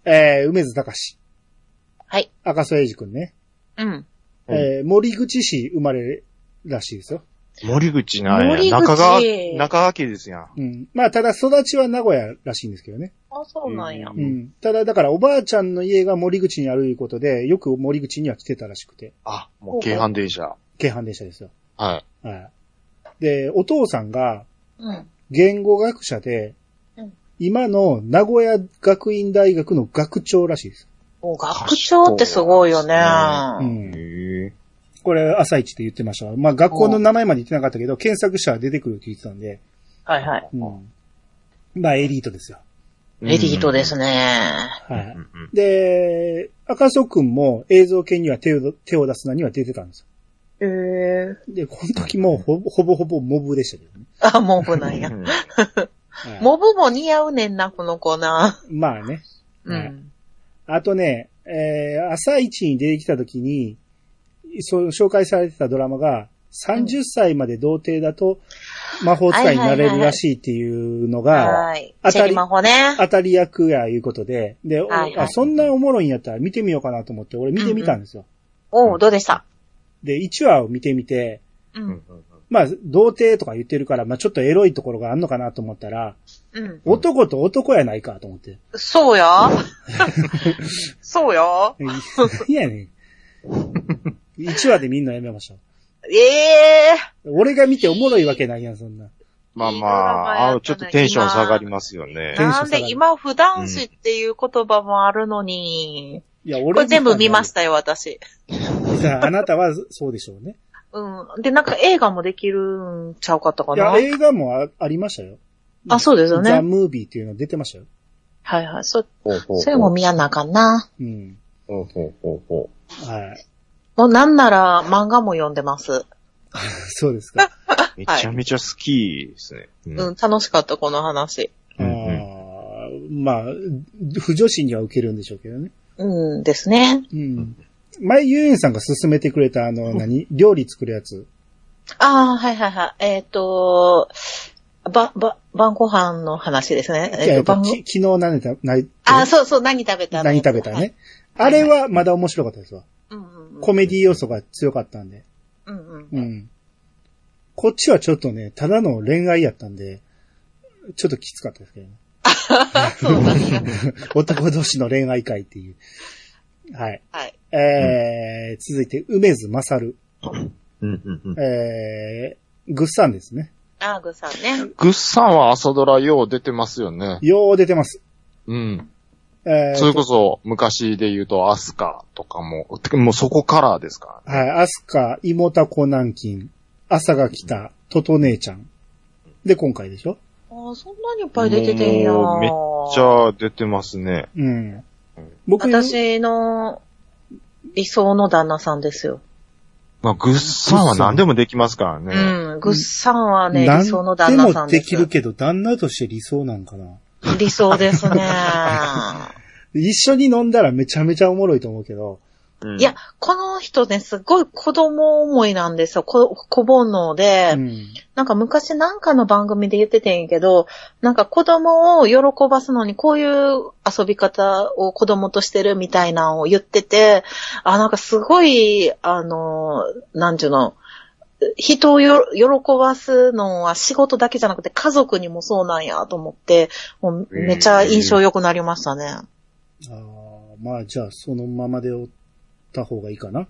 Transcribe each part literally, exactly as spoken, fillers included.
えー、梅津隆。 はい。 赤楚衛二くんね。 うん。 えー、森口市生まれらしいですよ。 森口な、中川、中川家ですやん。 うん。まあ、ただ育ちは名古屋らしいんですけどね。 あ、そうなんや。 うん。ただ、だからおばあちゃんの家が森口にあるいうことで、よく森口には来てたらしくて。 あ、もう京阪電車。 京阪電車ですよ。 はい。 はい。で、お父さんが、 うん。 言語学者で、うん、今の名古屋学院大学の学長らしいです。 お、学長ってすごいよね。うん。 へこれ、朝一って言ってました。まあ、学校の名前まで言ってなかったけど、検索したら出てくるって言ってたんで。 はいはい。 うん。まあ、エリートですよ。 エリートですね。 はい。で、赤楚くんも映像系には手を、手を出すのには出てたんですよ。へえ。 で、この時もほぼほぼほぼモブでしたけどね。 あ、モブなんや。はい、モブも似合うねんな、この子な。 まあね。 うん。 はい、あとね、えー、朝一に出てきた時に、そう紹介されてたドラマが、さんじゅっさいまで童貞だと魔法使いになれるらしいっていうのが、 当たり、 当たり役やいうことで、で、はいはい、あ、そんなおもろいんやったら見てみようかなと思って、俺見てみたんですよ。 うんうん、おう、どうでした？ で、いちわを見てみて、 うん、 まあ、童貞とか言ってるから、まあちょっとエロいところがあんのかなと思ったら、うん、男と男やないかと思って。 そうやそうやいやね。いちわでみんなやめましょう。 ええー。俺が見ておもろいわけないやん、そんな。 まあまあ、あちょっとテンション下がりますよね。 なんで今、普段詞っていう言葉もあるのに。うん、いや、俺これ全部見ましたよ、私。 あなたはそうでしょうね。 うん。で、なんか映画もできるんちゃうかったかな。 いや、映画も あ, ありましたよ。 あ、そうですよね。 ザ・ムービーっていうの出てましたよ。 はいはい。そ、それも見やなあかんな。 うん。 ほうほうほうほう。はい。 もうなんなら漫画も読んでます。 そうですか。 めちゃめちゃ好きですね。 うん、うん、楽しかった、この話。 ああ、まあ、不女子には受けるんでしょうけどね。 うんですね。 うん。前、ゆうえんさんが勧めてくれた、あの、何料理作るやつ。 ああ、はいはいはい。えっ、ー、と、ば、ば、晩ご飯の話ですね。 えっ、ー、と、昨日何食べた、何あ、そうそう、何食べた何食べたね。はい、あれはまだ面白かったですわ。 うんうんうん、 コメディ要素が強かったんで。 うんうん。 うん。こっちはちょっとね、ただの恋愛やったんで、ちょっときつかったですけどね。 そうなんだ。 男同士の恋愛会っていう。はい。 はい。 えー、うん、続いて、梅津勝。 うんうんうん、 えー、ぐっさんですね。 ああ、ぐっさんね。 ぐっさんは朝ドラよう出てますよね。 よう出てます。 うん。えー、それこそ、昔で言うと、アスカとかも、もうそこからですからね。はい、アスカ、妹子南京、朝が来た、トト姉ちゃん。で、今回でしょ？ ああ、そんなにいっぱい出ててんや。 めっちゃ出てますね。 うん。 僕私の理想の旦那さんですよ。 まあ、ぐっさんは何でもできますからね。 うん、ぐっさんはね、理想の旦那さんです。 何でもできるけど、旦那として理想なんかな。 理想ですね。 一緒に飲んだらめちゃめちゃおもろいと思うけど。 うん、いや、この人ね、すごい子供思いなんですよ。こ、小煩悩で、うん、なんか昔なんかの番組で言っててんやけど、なんか子供を喜ばすのにこういう遊び方を子供としてるみたいなのを言ってて、あ、なんかすごい、あの、なんていうの、人をよ喜ばすのは仕事だけじゃなくて家族にもそうなんやと思って、もうめっちゃ印象良くなりましたね。 ああ、まあじゃあそのままでおった方がいいかな。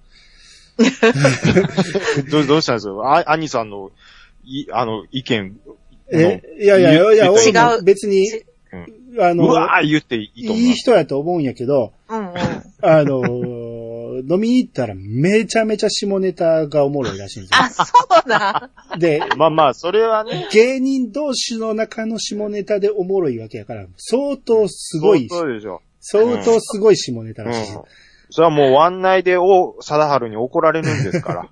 どう、どうしたんですか？あ、兄さんの、い、あの、意見。 え、いやいやいや、いや俺も別に、 うん、あの、うわー言っていいと思う。 いい人やと思うんやけど、 うんうん、 あの、飲みに行ったらめちゃめちゃ下ネタがおもろいらしいんですよ。 あ、そうだ。 で、 まあまあ、それはね。 芸人同士の中の下ネタでおもろいわけやから、相当すごい。 そうでしょ。 相当すごい下ネタらしいです。 うんうん、それはもう湾内で王貞治に怒られるんですから。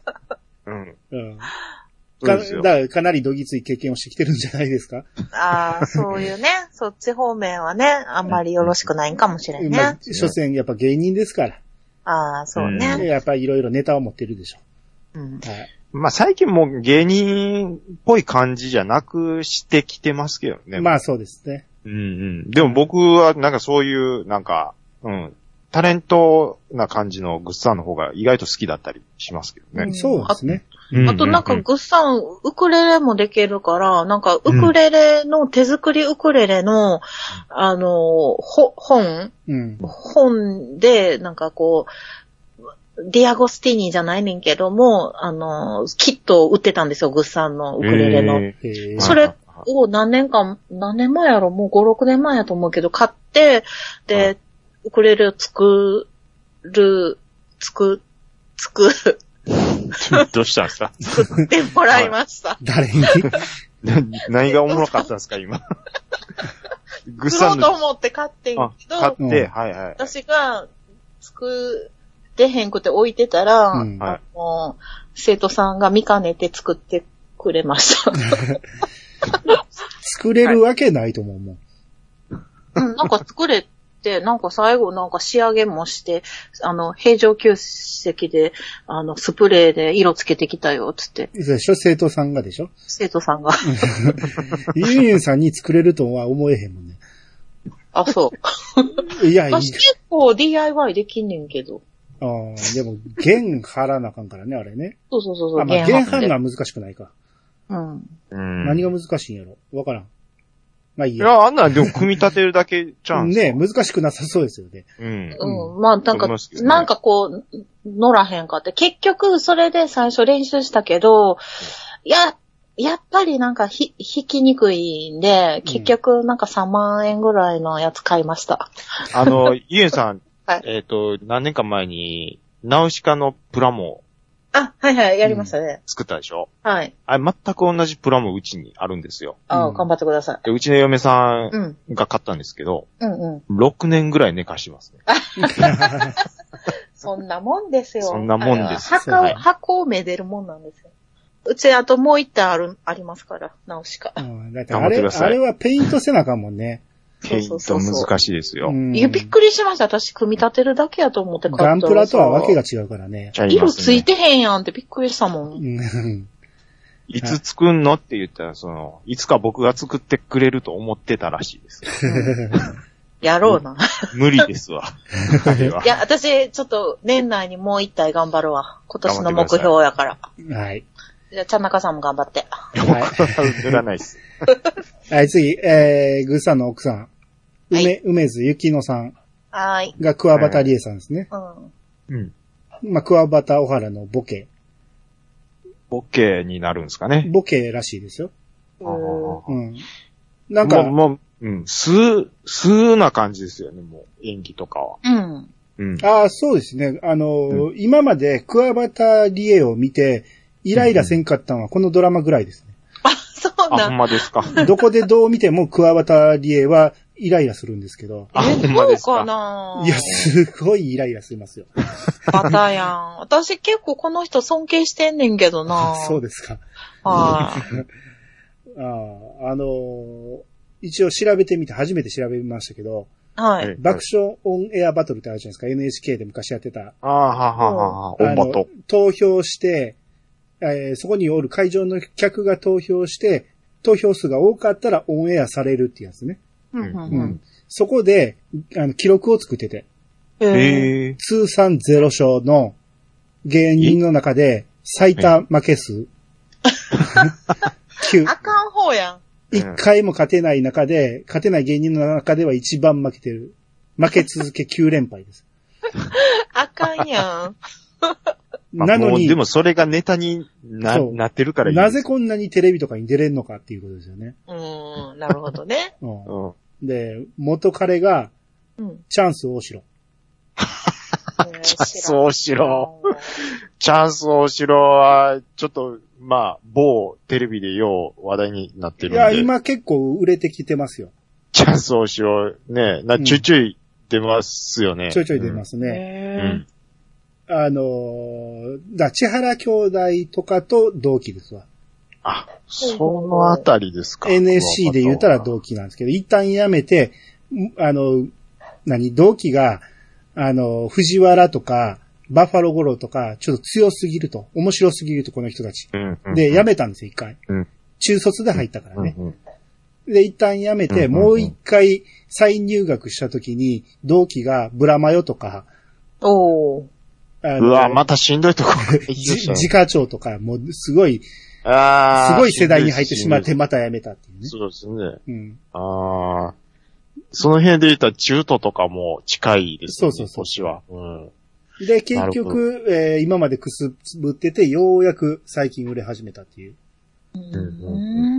うん。うんか, だからかなりどぎつい経験をしてきてるんじゃないですか？ ああ、そういうね、そっち方面はね、あんまりよろしくないんかもしれんね。まあ、 所詮やっぱ芸人ですから。 ああ、そうね。 うん、やっぱりいろいろネタを持ってるでしょ。 うん。 はい。 まあ最近もう芸人っぽい感じじゃなくしてきてますけどね。 まあそうですね。 うんうん。でも僕はなんかそういう、なんか、うん。タレントな感じのグッサンの方が意外と好きだったりしますけどね。 うん、そうですね。 あとなんかグッサン、ウクレレもできるから、なんかウクレレの、手作りウクレレの、うん、あの、ほ、本、うん、本で、なんかこう、ディアゴスティーニじゃないねんけども、あの、キットを売ってたんですよ、グッサンのウクレレの。それを何年間、何年前やろ、もうご、ろくねんまえやと思うけど、買って、で、ウクレレを作る、作、作る、 どうしたんですか？ 作ってもらいました。 誰に何がおもろかったんですか、今。 グ作ろうと思って買ってんけど、 買って、はいはい。 私が作ってへんくて置いてたら、うん、あの生徒さんが見かねて作ってくれました。 作れるわけないと思うもん。 うん、なんか作れて、なんか最後なんか仕上げもして、あの、平常吸石で、あの、スプレーで色つけてきたよ、つって。 でしょ生徒さんがでしょ生徒さんが。 ユンユンさんに作れるとは思えへんもんね。 あ、そう。いや、いい。私結構 ディーアイワイ できんねんけど。 ああ、でも、弦張らなあかんからね、あれね。 そうそうそうそう。 あ、まあ、弦張るのは難しくないか。 うん。 何が難しいんやろわからん。まあいいや。いや、あんなんでも組み立てるだけちゃうんね難しくなさそうですよね。 うん。うん。まあ、なんか、ね、なんかこう、乗らへんかって。結局、それで最初練習したけど、いや、やっぱりなんかひ、弾きにくいんで、結局なんかさんまんえんぐらいのやつ買いました。 あの、ゆえさん、はい、えっ、ー、と、何年か前に、ナウシカのプラモ。 あ、はいはい、やりましたね。うん、 作ったでしょはい。 あれ、全く同じプラモうちにあるんですよ。 ああ、うん、頑張ってください。 で、うちの嫁さんが買ったんですけど、 うんうん。 ろくねんぐらい寝かしますね。 そんなもんですよ。 そんなもんです。 箱を、はい、箱をめでるもんなんですよ。うち、あともう一体ある、ありますから、ナウシカ。 うん、だってあれ、あれはペイントせなあかんもんね。 ペイント難しいですよ。 いや、びっくりしました。私、組み立てるだけやと思って買ったら。 ガンプラとはわけが違うからね。 色ついてへんやんってびっくりしたもん。 いつ作んのって言ったら、その、いつか僕が作ってくれると思ってたらしいです。 やろうな。 無理ですわ。 いや、私、ちょっと年内にもう一体頑張るわ。今年の目標やから。 はい。 じゃあ、ちゃんなかさんも頑張って。 はい。塗らないっす。 はい、次、えー、グーさんの奥さん。梅、はい、梅津ゆきのさん。 はい。 が、桑畑理恵さんですね。 うん。 うん。 まあ、桑畑小原のボケ。 ボケになるんですかね。 ボケらしいですよ。 うん。なんか、 もう、もう、うん、素、素な感じですよね、もう、演技とかは。 うん。 うん。 ああ、そうですね。あの、うん、今まで桑畑理恵を見て、イライラせんかったのはこのドラマぐらいですね。 うん、あ、そうなん。 あ、ほんまですか。 どこでどう見ても桑畑理恵はイライラするんですけど。 あ、ほんまですか。 そうかないや、すごいイライラしますよ。 バタやん。私結構この人尊敬してんねんけどな。 そうですか。 はい。 ああ、あのー、一応調べてみて、初めて調べましたけど、 はい。 爆笑オンエアバトルってあるじゃないですか。エヌエイチケー で昔やってた。 ああ、はははは。オンバト。 投票して、えー、そこにおる会場の客が投票して、投票数が多かったらオンエアされるってやつね。 うんうんうん、 そこで、あの、記録を作ってて。 へー。 通算ゼロ勝の芸人の中で最多負け数。 きゅう。あかん方やん。 一回も勝てない中で、勝てない芸人の中では一番負けてる。負け続けきゅう連敗です。 あかんやん。 なのに、 でもそれがネタに な, なってるからいい。 なぜこんなにテレビとかに出れんのかっていうことですよね。 うーん、なるほどね。 うん、で、元彼が、うん、チャンス大城。 チャンス大城。チャンス大城は、ちょっと、まあ、某テレビでよう話題になってるんで。いや、 今結構売れてきてますよ。 チャンス大城、ね、な、ちょいちょい出ますよね。うん、 ちょいちょい出ますね。うん、あのー、だ、千原兄弟とかと同期ですわ。 あ、そのあたりですか。 エヌエスシー で言ったら同期なんですけど、一旦やめて、あの、何、同期が、あの、藤原とか、バッファローゴローとか、ちょっと強すぎると。面白すぎると、この人たち。 うんうんうん、 で、辞めたんですよ、一回、 うん。 中卒で入ったからね。 うんうん、 で、一旦辞めて、うんうんうん、もう一回再入学した時に、同期がブラマヨとか、 おー。 うわ、またしんどいとこ自家長とか、もうすごい、あすごい世代に入ってしまってまた辞めたっていうね。 そうですね。うん。ああ。その辺で言ったら中途とかも近いですね。そうそうそう。年は。うん。 で、結局、えー、今までくすぶってて、ようやく最近売れ始めたっていう。うん。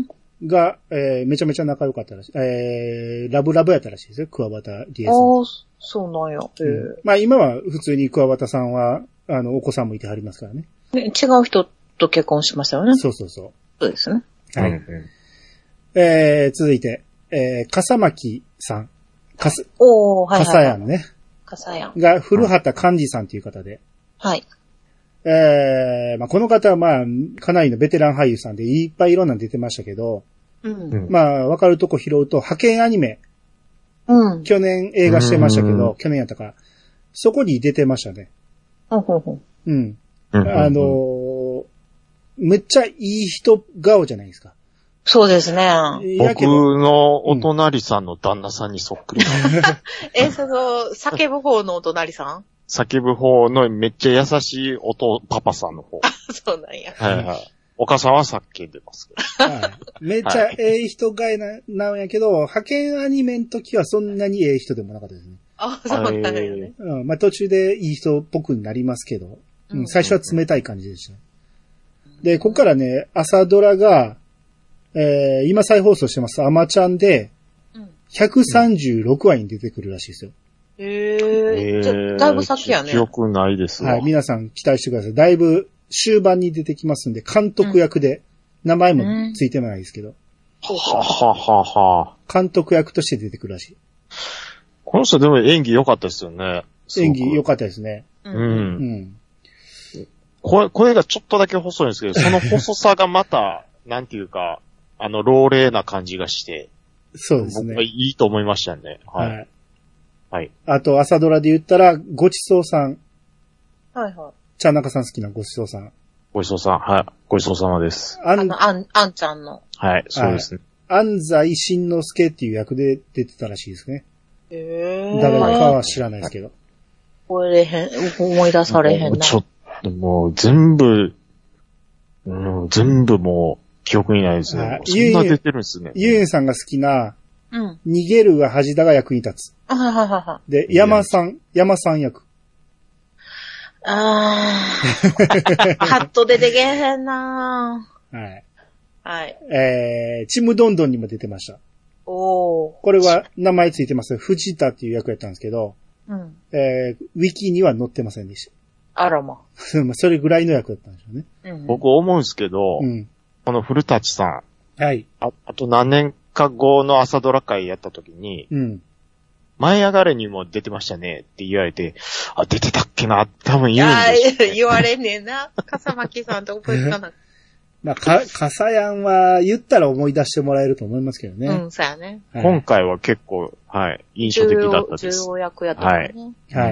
が、えー、めちゃめちゃ仲良かったらしい。えー、ラブラブやったらしいですよ、桑畑理恵さん。 ああ、そうなんや。えーうん、まあ今は普通に桑畑さんは、あの、お子さんもいてはりますからね。 ね、違う人と結婚しましたよね。 そうそうそう。 そうですね。 はい。うんうん、えー、続いて、えー、笠巻さん。かす、 おー、はいはい、はい。 笠やんね。 笠やん。 が、古畑寛治さんという方で。 はい。 えー、まあこの方はまあ、かなりのベテラン俳優さんでいっぱいいろんなの出てましたけど、うん、まあ、わかるとこ拾うと、派遣アニメ。うん。去年映画してましたけど、去年やったか。そこに出てましたね。うん。うん。あのー、めっちゃいい人顔じゃないですか。 そうですね。 僕のお隣さんの旦那さんにそっくり。 え、その、叫ぶ方のお隣さん？ 叫ぶ方のめっちゃ優しいおと、パパさんの方。 あ、そうなんや。 はいはい。お母さんは叫んでますけど。 はい。めっちゃええ人がいな、なんやけど、派遣アニメの時はそんなにええ人でもなかったですね。 あ、そうなんやね。 うん。まあ途中でいい人っぽくなりますけど、うん、最初は冷たい感じでした。うん、で、ここからね、朝ドラが、えー、今再放送してます、アマちゃんで、ひゃくさんじゅうろくわに出てくるらしいですよ。 へ、うん、えー、じゃ、だいぶ先やね。 記憶ないですわ。 はい、皆さん期待してください。だいぶ終盤に出てきますんで、監督役で、うん、名前もついてないですけど。 はははは監督役として出てくるらしい。 この人でも演技良かったですよね。 演技良かったですね。 うん。うん。声、声がちょっとだけ細いんですけど、その細さがまた、なんていうか、あの、老齢な感じがして。 そうですね。 僕はいいと思いましたね。はい。はい。 はい、あと、朝ドラで言ったら、ごちそうさん。 はいはい。 ちゃんなかさん好きなごちそうさん。 ごちそうさん。はい。ごちそうさまです。 あの、あん、あんちゃんの。 はい、そうですね。 安西慎之介っていう役で出てたらしいですね。 へー。 誰かは知らないですけど。 これへん、思い出されへんな。 ちょっと、もう全部、うん、全部もう、記憶にないですね。そんな出てるんですね。 ゆうえんさんが好きな、うん。逃げるが恥だが役に立つ。 あはははは。 で、山さん、山さん役。 あー。パッと出てけへんなー。はい。 はい。 えー、ちむどんどんにも出てました。 おー。 これは名前ついてます。藤田っていう役やったんですけど、うん。えー、ウィキには載ってませんでした。 あらま。 それぐらいの役だったんでしょうね。 うん、僕思うんですけど、うん。この古舘さん。 はい。 あ、あと何年か後の朝ドラ会やった時に、うん。舞い上がれにも出てましたねって言われて、あ、出てたっけな多分言うんです、 ね。いや、言われんねんな。笠巻さんと覚えてたな。 まあ、か、笠やんは言ったら思い出してもらえると思いますけどね。 うん、そうやね。 はい、今回は結構、はい、印象的だったです。 重要役やったね。 はい。はい。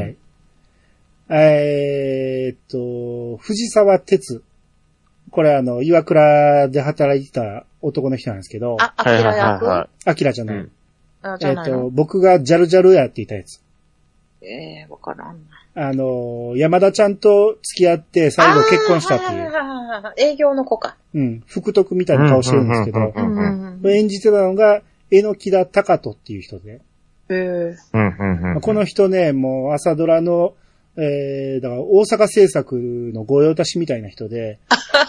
えー、っと、藤沢哲。これあの、岩倉で働いてた男の人なんですけど。 あ、アキラ役？ アキラじゃない。うん、 あ、じゃないの。 えっと、僕がジャルジャルやって言ったやつ。 ええー、わからんな。 あの、山田ちゃんと付き合って最後結婚したっていう。 営業の子か。 うん。福徳みたいな顔してるんですけど、演じてたのが、榎田隆人っていう人で。 へー。この人ね、もう朝ドラの、えー、だから大阪製作の御用達みたいな人で、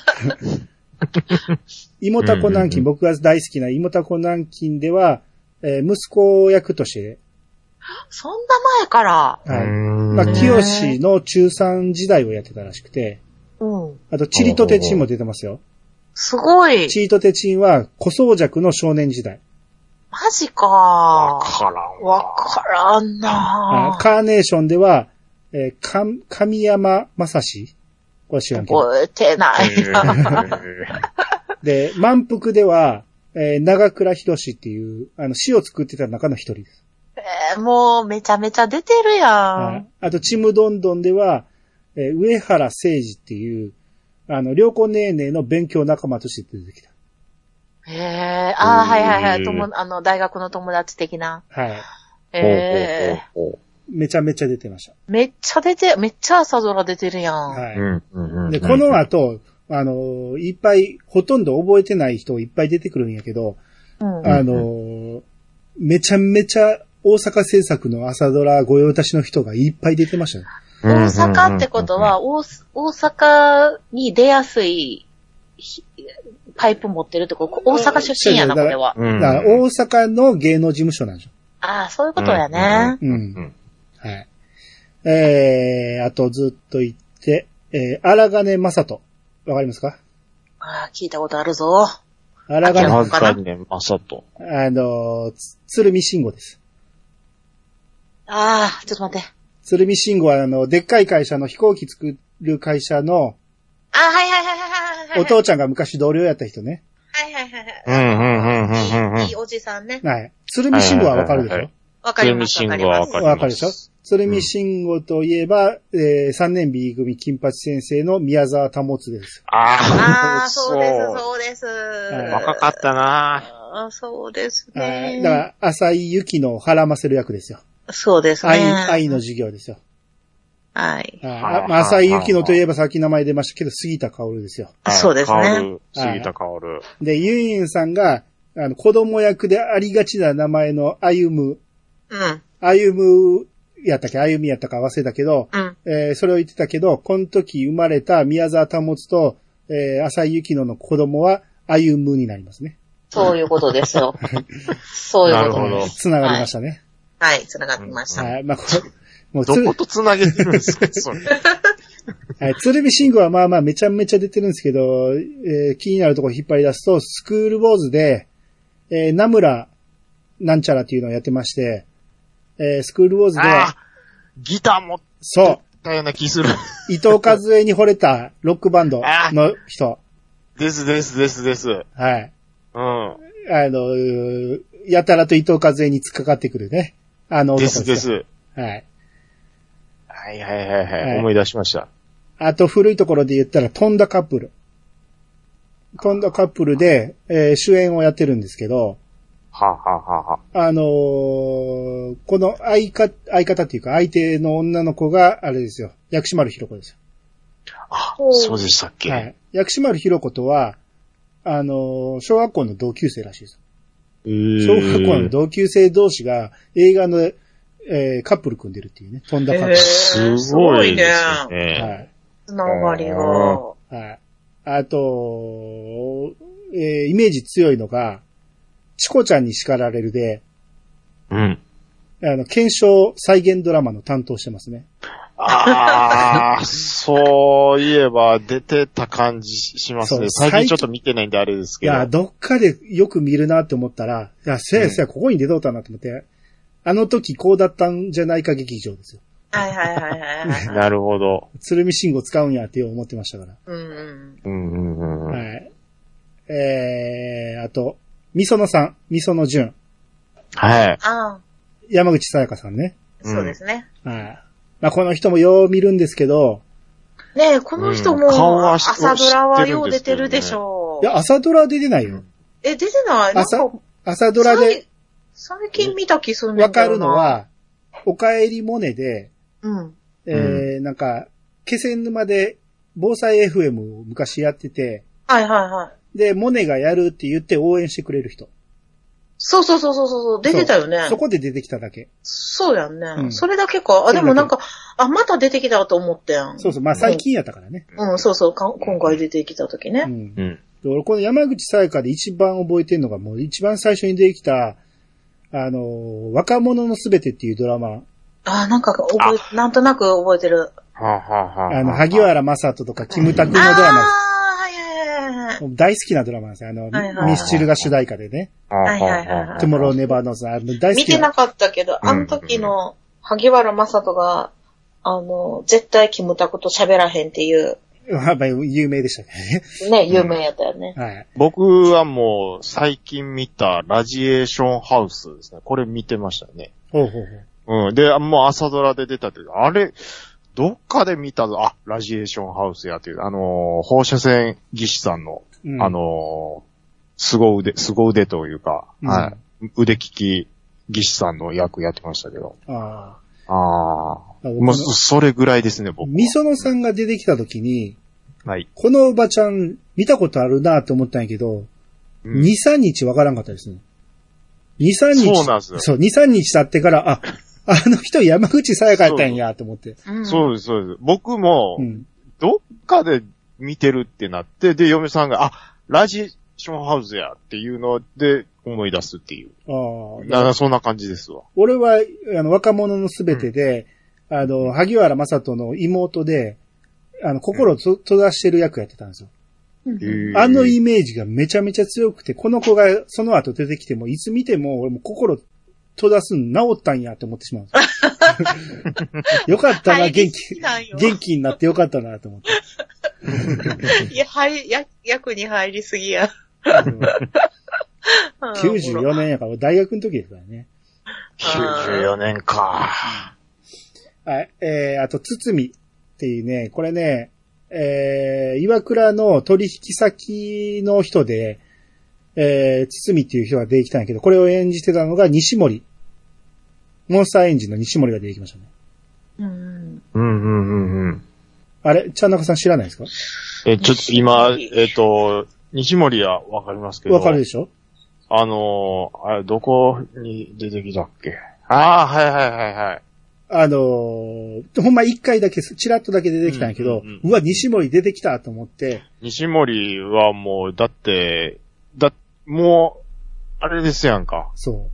芋タコ南京、僕が大好きな芋タコ南京では、えー、息子役として、 そんな前から。 はい。まあ、清の中さん時代をやってたらしくて。うん。あと、チリとテチンも出てますよ。 すごい。 チリとテチンは、小僧弱の少年時代。 マジかー。 わからん。 わからんなー。カーネーションでは、えー、か、神山正史これ知らんけど。 覚えてないなで、満腹では、えー、長倉博士っていう、あの、詩を作ってた中の一人です。 えー、もう、めちゃめちゃ出てるやん。 あと、ちむどんどんでは、えー、上原誠二っていう、あの、良子ねーねーの勉強仲間として出てきた。 へえ、ああ、はいはいはい。とも、あの、大学の友達的な。 はい。 へえ。 めちゃめちゃ出てました。 めっちゃ出て、めっちゃ朝ドラ出てるやん。 はい。 うんうんうん、 で、この後、あの、いっぱい、ほとんど覚えてない人いっぱい出てくるんやけど、うん、あの、めちゃめちゃ大阪制作の朝ドラ御用達の人がいっぱい出てましたね。 大阪ってことは、大阪に出やすいパイプ持ってるってこと、大阪出身やな、これは。 だから大阪の芸能事務所なんでしょ。 ああ、そういうことやね。 うん。うんうん、はい。えー、あとずっと言って、えー、荒金正人。わかりますか？ ああ、聞いたことあるぞ。 荒金正人。 あの、鶴見慎吾です。 ああ、ちょっと待って。 鶴見慎吾はあの、でっかい会社の飛行機作る会社の、 あ、はいはいはいはいはい。 お父ちゃんが昔同僚やった人ね。 はいはいはいはい。 うんうんうんうんうん。 いいおじさんね。 はい。鶴見慎吾はわかるでしょ？ わかります。 鶴見慎吾はわかります。 わかるでしょ？鶴見慎吾といえば、えー、さんねん B 組金八先生の宮沢保です。 ああ、そうです、そうです。 若かったなあ、そうですね。 だから、浅井由紀のを絡ませる役ですよ。 そうですね。 愛、愛の授業ですよ。 はい。 ああ、浅井由紀のといえばさっき名前出ましたけど、杉田薫ですよ。 そうですね。 杉田薫。 で、ユンユンさんが、あの、子供役でありがちな名前の歩む。 うん。 歩む、やったっけ歩みやったか忘れたけど、 うん。 えー、それを言ってたけど、この時生まれた宮沢保と、えー、浅井由紀乃の子供は歩むになりますね。 そういうことですよ。そういうことです。 つながりましたね。 はい、つながってました。 はい、まあ、これ、 もうどことつなげてるんですか、それ。 はい、鶴見慎吾はまあまあめちゃめちゃ出てるんですけど、えー、気になるところ引っ張り出すと、スクールウォーズで、えー、名村なんちゃらっていうのをやってまして、えー、スクールウォーズでは、 ギター持ってたような気する。 伊藤和恵に惚れたロックバンドの人。 ですですですです。 はい。 うん。あの、やたらと伊藤和恵に突っかかってくるね。あの男です。 ですです。 はい。 はいはいはいはい。はい、思い出しました。 あと古いところで言ったら、飛んだカップル。飛んだカップルで、えー、主演をやってるんですけど、 はあ、はあははあ、あのー、この相方、相方っていうか相手の女の子が、あれですよ。薬師丸ひろ子ですよ。 あ、そうでしたっけ。 はい。薬師丸ひろ子とは、あのー、小学校の同級生らしいです。 えー、 小学校の同級生同士が映画の、えー、カップル組んでるっていうね。飛んだカップル。 すごいですね。 はい。つながりが。 はい。あと、えー、イメージ強いのが、チコちゃんに叱られるで、 うん。 あの、検証再現ドラマの担当してますね。 ああ、そういえば出てた感じしますね。最近ちょっと見てないんであれですけど。 いや、どっかでよく見るなって思ったら、いや、せやせや、ここに出とったなと思って、うん、あの時こうだったんじゃないか劇場ですよ。 はいはいはいはい。 なるほど。 鶴見慎吾使うんやって思ってましたから。 うんうん。 うんうんうん。 はい。えー、あと、みそのさん、みそのじゅん。 はい。 ああ。 山口さやかさんね。 そうですね。 はい。まあ、この人もよう見るんですけど。 ねえ、この人も、朝ドラはよう出てるでしょう。 いや、朝ドラ出てないよ。 え、出てない朝、朝ドラで。 最近見た気するんだわかるのは、おかえりモネで、 うん。 えー、なんか、気仙沼で防災 エフエム を昔やってて、 はいはいはい。 で、モネがやるって言って応援してくれる人。 そうそうそうそうそう、出てたよね。 そ, そこで出てきただけ。 そうやんね。うん、それだけか。あ、でもなんか、あ、また出てきたと思ってん。 そうそう、まあ最近やったからね。 うん、うん、そうそう、今回出てきた時ね。うん。 うん、俺この山口さやかで一番覚えてるのが、もう一番最初に出てきた、あのー、若者のすべてっていうドラマ。 あ、なんか覚え、なんとなく覚えてる。 はあ、はあはあ、 あの、萩原正人とかキムタクのドラマ。 あ大好きなドラマなんですよ。あの、はいはい、ミスチルが主題歌でね。 はいはいはい。 トゥモローネバーノーズ、あの大好きな。 見てなかったけど、あの時の萩原正人が、あの、絶対キムタクと喋らへんっていう。 まあ、有名でしたね。ね、有名やったよね。 はい。 僕はもう、最近見たラジエーションハウスですね。これ見てましたね。 ほうほうほう。うん。で、もう朝ドラで出たって、あれ、どっかで見たぞ。あ、ラジエーションハウスやっていう、あのー、放射線技師さんの、うん、あのー、 凄腕、凄腕というか、 うん、 はい。腕利き技師さんの役やってましたけど。 ああ。ああ。もう、それぐらいですね、僕。 みそのさんが出てきた時に、 はい。 このおばちゃん見たことあるなと思ったんやけど、うん、に、さんにちわからんかったですね。に、さんにち。 そうなんですよ。 そう、に、さんにち経ってから、あ、あの人山口さやかやったんやと思って。 そうです、そうです。僕も、うん、どっかで見てるってなって、で、嫁さんが、あ、ラジションハウスやっていうので思い出すっていう。ああ。だからそんな感じですわ。 俺は、あの、若者のすべてで、うん、あの、萩原正人の妹で、あの、心をと閉ざしてる役やってたんですよ。あのイメージがめちゃめちゃ強くて、この子がその後出てきても、いつ見ても俺も心閉ざすん治ったんやって思ってしまうんですよ。よかったな、元気、元気になってよかったなと思って。 いや、はい、や、役に入りすぎや。 きゅうじゅうよねんやから、大学の時ですからね。 きゅうじゅうよねんか。 はい、えー、あと、つつみっていうね、これね、えー、岩倉の取引先の人で、えー、つつみっていう人が出てきたんやけど、これを演じてたのが西森。モンスターエンジンの西森が出てきましたね。 うん。 うんうんうんうん。 あれ、ちゃんなかさん知らないですか？ え、ちょっと今、えっと、西森はわかりますけど。 わかるでしょ？ あのー、あれ、どこに出てきたっけ？ああ、はいはいはいはい。 あのー、ほんま一回だけ、チラッとだけ出てきたんやけど、うんうんうん、うわ、西森出てきたと思って。 西森はもう、だって、だ、もう、あれですやんか。 そう。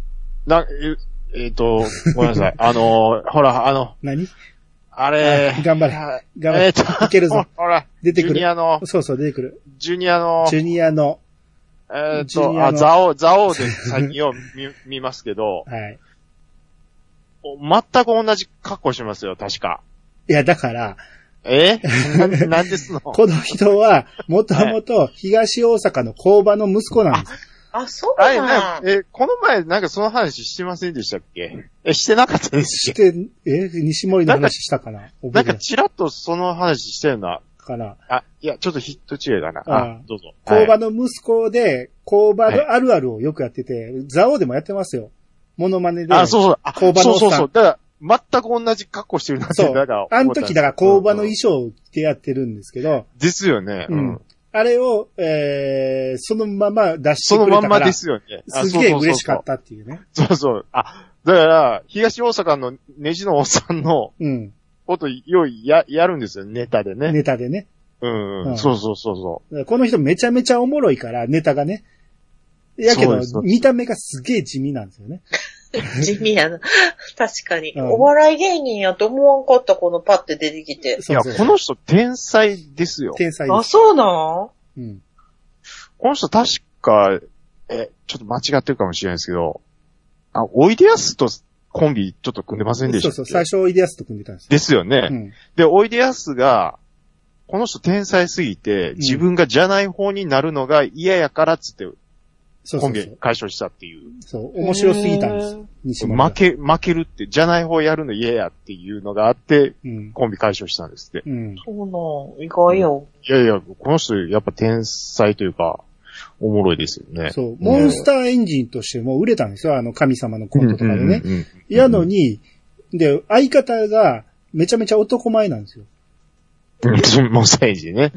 な、え、えっと、ごめんなさい。あのー、ほら、あの、 何あれあ、頑張れ。頑張れ。えー、いけるぞ。 ほら、 出てくる。 ジュニアの、 そうそう、出てくる。 ジュニアの、 ジュニアの、 えっと、あ、ザオ、ザオで最近を見、見ますけど、 はい。 全く同じ格好しますよ、確か。 いや、だから、 えな、なんですのこの人は、もともと東大阪の工場の息子なんです。 あ、あそうなんえ、この前なんかその話してませんでしたっけ？え、してなかったですっけ？して、え、西森の話したかな？ なんかちらっとその話したような。 かな。 あ、いや、ちょっとヒット違いかな。ああ、どうぞ。 工場の息子で、工場のあるあるをよくやってて、はい、ザオでもやってますよ。モノマネで。 あ、そうそう。 工場のおっさん。 そうそうそう。だから、全く同じ格好してるなって。 そう。だから、あの時だから工場の衣装を着てやってるんですけど。 ですよね。 うん。あれを、えー、そのまま出してくれたから。そのまんまですよね。 すげえ嬉しかったっていうね。 そうそう。あ、だから、東大阪のネジのおっさんの、うん。ことよいや、やるんですよ、ネタでね。 ネタでね。 うん、うん。そうそうそうそう。 この人めちゃめちゃおもろいから、ネタがね。やけど、見た目がすげえ地味なんですよね。 地味やな。確かに、うん。お笑い芸人やと思わんかった、このパッて出てきて。 いや、この人天才ですよ。 天才です。 あ、そうなんうん。 この人確か、え、ちょっと間違ってるかもしれないですけど、あ、おいでやすとコンビちょっと組んでませんでしたっけ？ そうそう、最初おいでやすと組んでたんですよ。 ですよね。 うん、 で、おいでやすが、この人天才すぎて、自分がじゃない方になるのが嫌やからっつって、コンビ解消したっていう。 そう、面白すぎたんですよ。 西村負け、負けるって、じゃない方やるの嫌やっていうのがあって、うん、コンビ解消したんですって。 うん、 そうなん、意外よ、 うん。いやいや、この人やっぱ天才というか、おもろいですよね。 そう、モンスターエンジンとしても売れたんですよ、あの神様のコントとかでね。やのに、で、相方がめちゃめちゃ男前なんですよ。 モンスターエンジンね。 うん。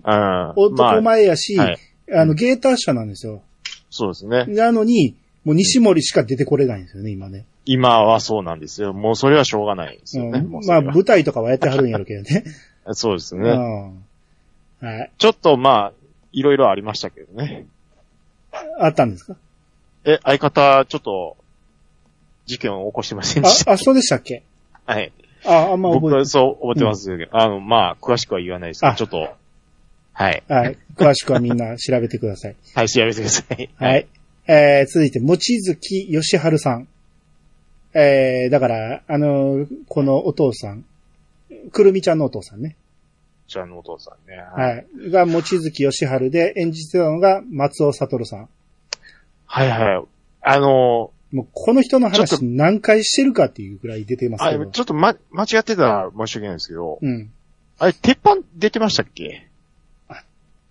男前やし、まあはい、あの、ゲーター社なんですよ。 そうですね。 なのに、もう西森しか出てこれないんですよね、今ね。 今はそうなんですよ。もうそれはしょうがないですよね。 うん、まあ、舞台とかはやってはるんやろうけどね。 そうですね、 うん。はい。 ちょっとまあ、いろいろありましたけどね。 あったんですか？ え、相方、ちょっと、事件を起こしてませんでしたっけ？ あ、あ、そうでしたっけ？ はい。 あ、あんま覚えてない。 僕はそう覚えてますけど、うん、あの、まあ、詳しくは言わないですけど、ちょっと、はい。 はい。詳しくはみんな調べてください。 はい、調べてください。 はい。えー、続いて、もちづきよしはるさん。えー、だから、あの、このお父さん、くるみちゃんのお父さんね。 ちゃんのお父さんね。 はい。はい、が、もちづきよしはるで演じてたのが松尾悟さん。 はいはい。あのー、もうこの人の話何回してるかっていうぐらい出てますけど。 あ、ちょっとま、間違ってたら申し訳ないんですけど。 うん。 あれ、鉄板出てましたっけ？ あ、鉄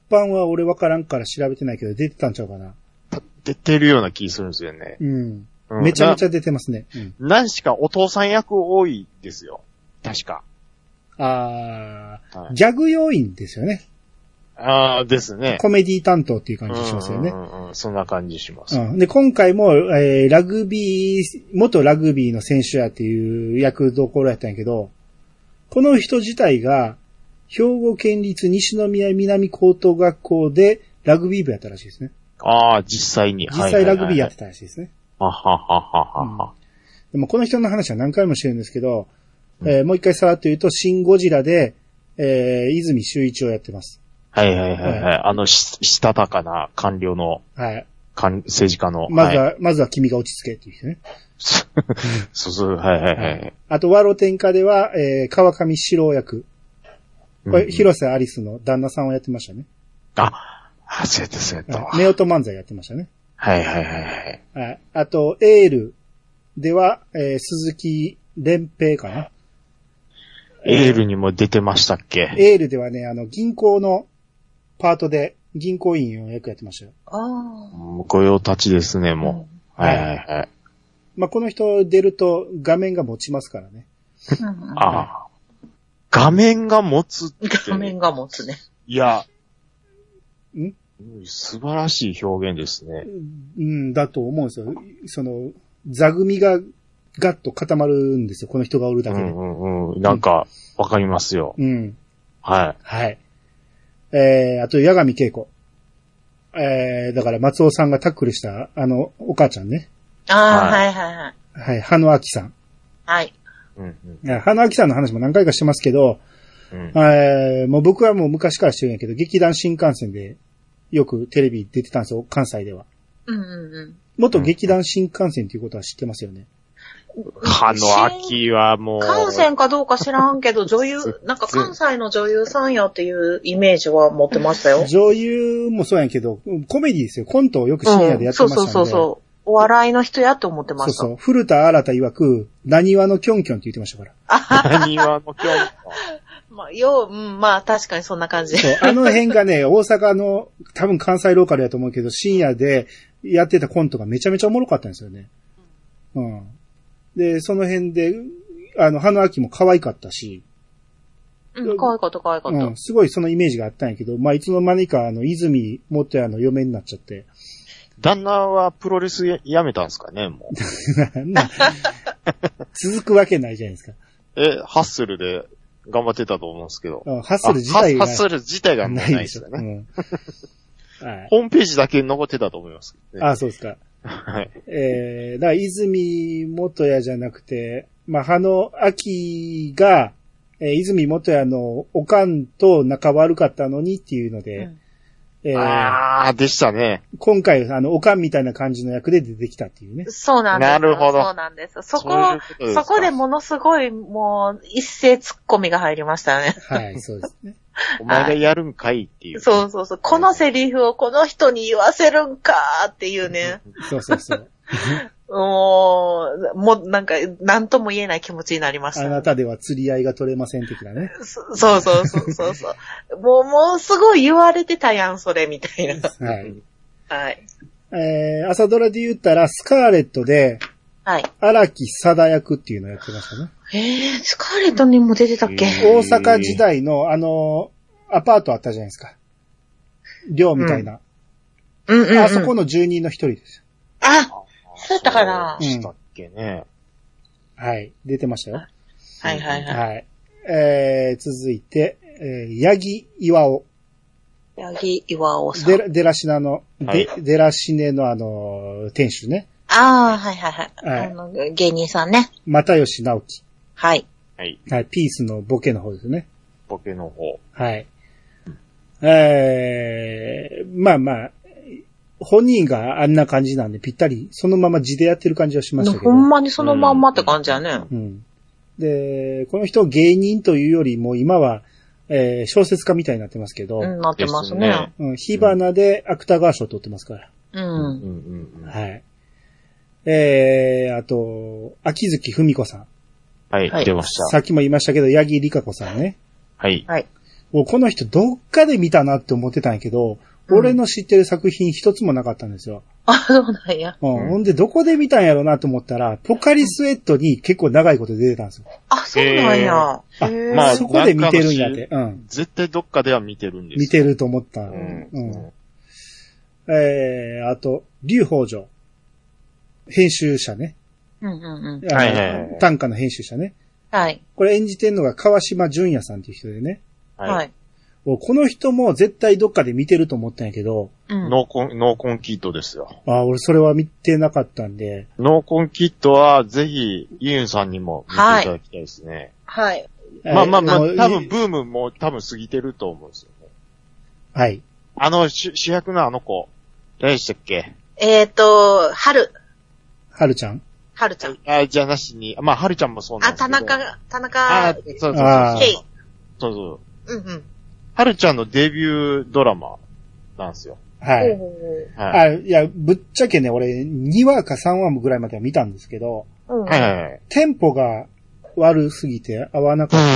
版は俺わからんから調べてないけど、出てたんちゃうかな。 出てるような気するんですよね。 うん。うん、めちゃめちゃ出てますね。 うん、何しかお父さん役多いですよ。確か。 あー、はい、ギャグ要員ですよね。 ああ、ですね。 コメディ担当っていう感じしますよね。 うんうん、そんな感じします。 うん、で、今回も、えー、ラグビー、元ラグビーの選手やっていう役どころやったんやけど、この人自体が、兵庫県立西宮南高等学校でラグビー部やったらしいですね。 ああ、実際に。 実際ラグビーやってたらしいですね。 ははははは。 でもこの人の話は何回もしてるんですけど、うん、えー、もう一回さらっと言うと、シン・ゴジラで、えー、泉修一をやってます。 はいはいはいはい。はい、あのし、したたかな官僚の、はい。官、政治家の。 まずは、 はい、 まずは君が落ち着けっていう人ね。 そうそう、はいはいはい。はい、 あと、ワロ天下では、えー、川上史郎役。これ、うん、広瀬アリスの旦那さんをやってましたね。 あ、あ、そうやったそうやった。 夫婦漫才やってましたね。 はいはいはいはい。 はい。あと、エールでは、えー、鈴木蓮平かな。 エールにも出てましたっけ？ エールではね、あの、銀行のパートで銀行員を役やってましたよ。 ああ。 御用達ですね、もう。うん、はいはいはい。 まあ、この人出ると画面が持ちますからね。 ああ。画面が持つって。 画面が持つね。 いや。 ん？ 素晴らしい表現ですね。 うん、だと思うんですよ。その、座組がガッと固まるんですよ。この人がおるだけで。 うんうんうん。なんか、わかりますよ。 うん。 はい。 はい。えー、あと、八神恵子。えー、だから松尾さんがタックルした、あの、お母ちゃんね。 ああ、はい、はいはいはい。 はい、羽野明さん。 はい。 うんうん、 羽野明さんの話も何回かしてますけど、うん、えー、もう僕はもう昔からしてるんやけど、劇団新幹線でよくテレビ出てたんですよ、関西では。 うんうんうん。 元劇団新幹線っていうことは知ってますよね。 羽野明はもう。 関西かどうか知らんけど、女優、なんか関西の女優さんやっていうイメージは持ってましたよ。 女優もそうやんけど、コメディですよ。コントをよく深夜でやってましたんで、うん、そうそうそうそう。お笑いの人やって思ってました。 そうそう。古田新太曰く、何話のキョンキョンって言ってましたから。 何話のキョンキョン。 まあ、よう、うん、まあ確かにそんな感じ。 そう、あの辺がね、大阪の、多分関西ローカルやと思うけど、深夜でやってたコントがめちゃめちゃおもろかったんですよね。うん。で、その辺で、あの、花明も可愛かったし。 うん、可愛かった可愛かった。 うん、すごいそのイメージがあったんやけど、まあ、いつの間にか、あの、泉元也の嫁になっちゃって。 旦那はプロレスややめたんですかね、もう。 続くわけないじゃないですか。 え、ハッスルで頑張ってたと思うんですけど。 ハッスル自体が。 ハッスル自体がないですよね。 うんはい、 ホームページだけ残ってたと思いますけどね。 ああ、そうですか。 はい。 えー、だから泉元也じゃなくて、まあ、羽野明が、えー、泉元也のおかんと仲悪かったのにっていうので、うんえー、ああ、でしたね。 今回、あの、おかんみたいな感じの役で出てきたっていうね。 そうなんです。 なるほど。 そうなんです。そこ、ううそこでものすごい、もう、一斉突っ込みが入りましたね。 はい、そうですね。 お前がやるんかいっていう。 そうそうそう。このセリフをこの人に言わせるんかっていうね。 そうそうそう。 もう、もうなんか、なんとも言えない気持ちになりました、ね。 あなたでは釣り合いが取れません的なね。 そそうそうそうそうそう。もう、もうすごい言われてたやん、それ、みたいな。 はい。 はい。 えー、朝ドラで言ったら、スカーレットで、 はい。 荒木貞役っていうのをやってましたね。 えー、スカーレットにも出てたっけ？ 大阪時代の、あの、アパートあったじゃないですか。寮みたいな。 うん、うん、うん、うん。 あそこの住人の一人です。 あそうやったかなしたっけね、 うん。はい。出てましたよ。 はいはいはい。 はい。えー、続いて、えー、八木岩尾。 八木岩尾さん。 デラ、デラシナの、 はい、 デラシネのあの、店主ね。 ああ、はいはいはい。 はい、 あの芸人さんね。 又吉直樹。 はい。 はい。 はい。ピースのボケの方ですね。 ボケの方。 はい。えー、まあまあ、本人があんな感じなんでぴったり、そのまま字でやってる感じはしましたけど。 ほんまにそのまんまって感じやね。 うん。で、この人芸人というよりも今は、えー、小説家みたいになってますけど。 うん、なってますね。 うん、火花で芥川賞取ってますから。 うん。うんうんうん、 はい。えー、あと、秋月文子さん。 はい、出ました。 さっきも言いましたけど、八木里香子さんね。 はい。 はい。 もうこの人どっかで見たなって思ってたんやけど、うん、俺の知ってる作品一つもなかったんですよ。 あ、そうなんや。 うん。ほんで、どこで見たんやろうなと思ったら、ポカリスエットに結構長いこと出てたんですよ。 あ、そうなんや。あ、 まあ、そこで見てるんやって。うん。 絶対どっかでは見てるんですよ。 見てると思った。うん。うん、えー、あと、劉宝城。編集者ね。 うんうんうん。 はいはいはい。 短歌の編集者ね。 はい。 これ演じてんのが川島淳也さんっていう人でね。 はい。 この人も絶対どっかで見てると思ったんやけど。 うん、ノーコン、ノーコンキットですよ。 ああ、俺それは見てなかったんで。 ノーコンキットはぜひ、ユンさんにも見ていただきたいですね。 はい。 まあまあまあ、多分ブームも多分過ぎてると思うんですよね。 はい。 あの、主役のあの子、誰でしたっけ？ えっと、春。 春ちゃん春ちゃん。 あ、じゃなしに、まあ、春ちゃんもそうなんですけど。 あ、田中、田中。 あ、そうそうそう。そうそう。 うんうん。 春ちゃんのデビュードラマなんですよ。 はい。はい、あ、いや、ぶっちゃけね、俺、にわかさんわぐらいまでは見たんですけど、 うん、 はいはいはい。 テンポが悪すぎて合わなかった。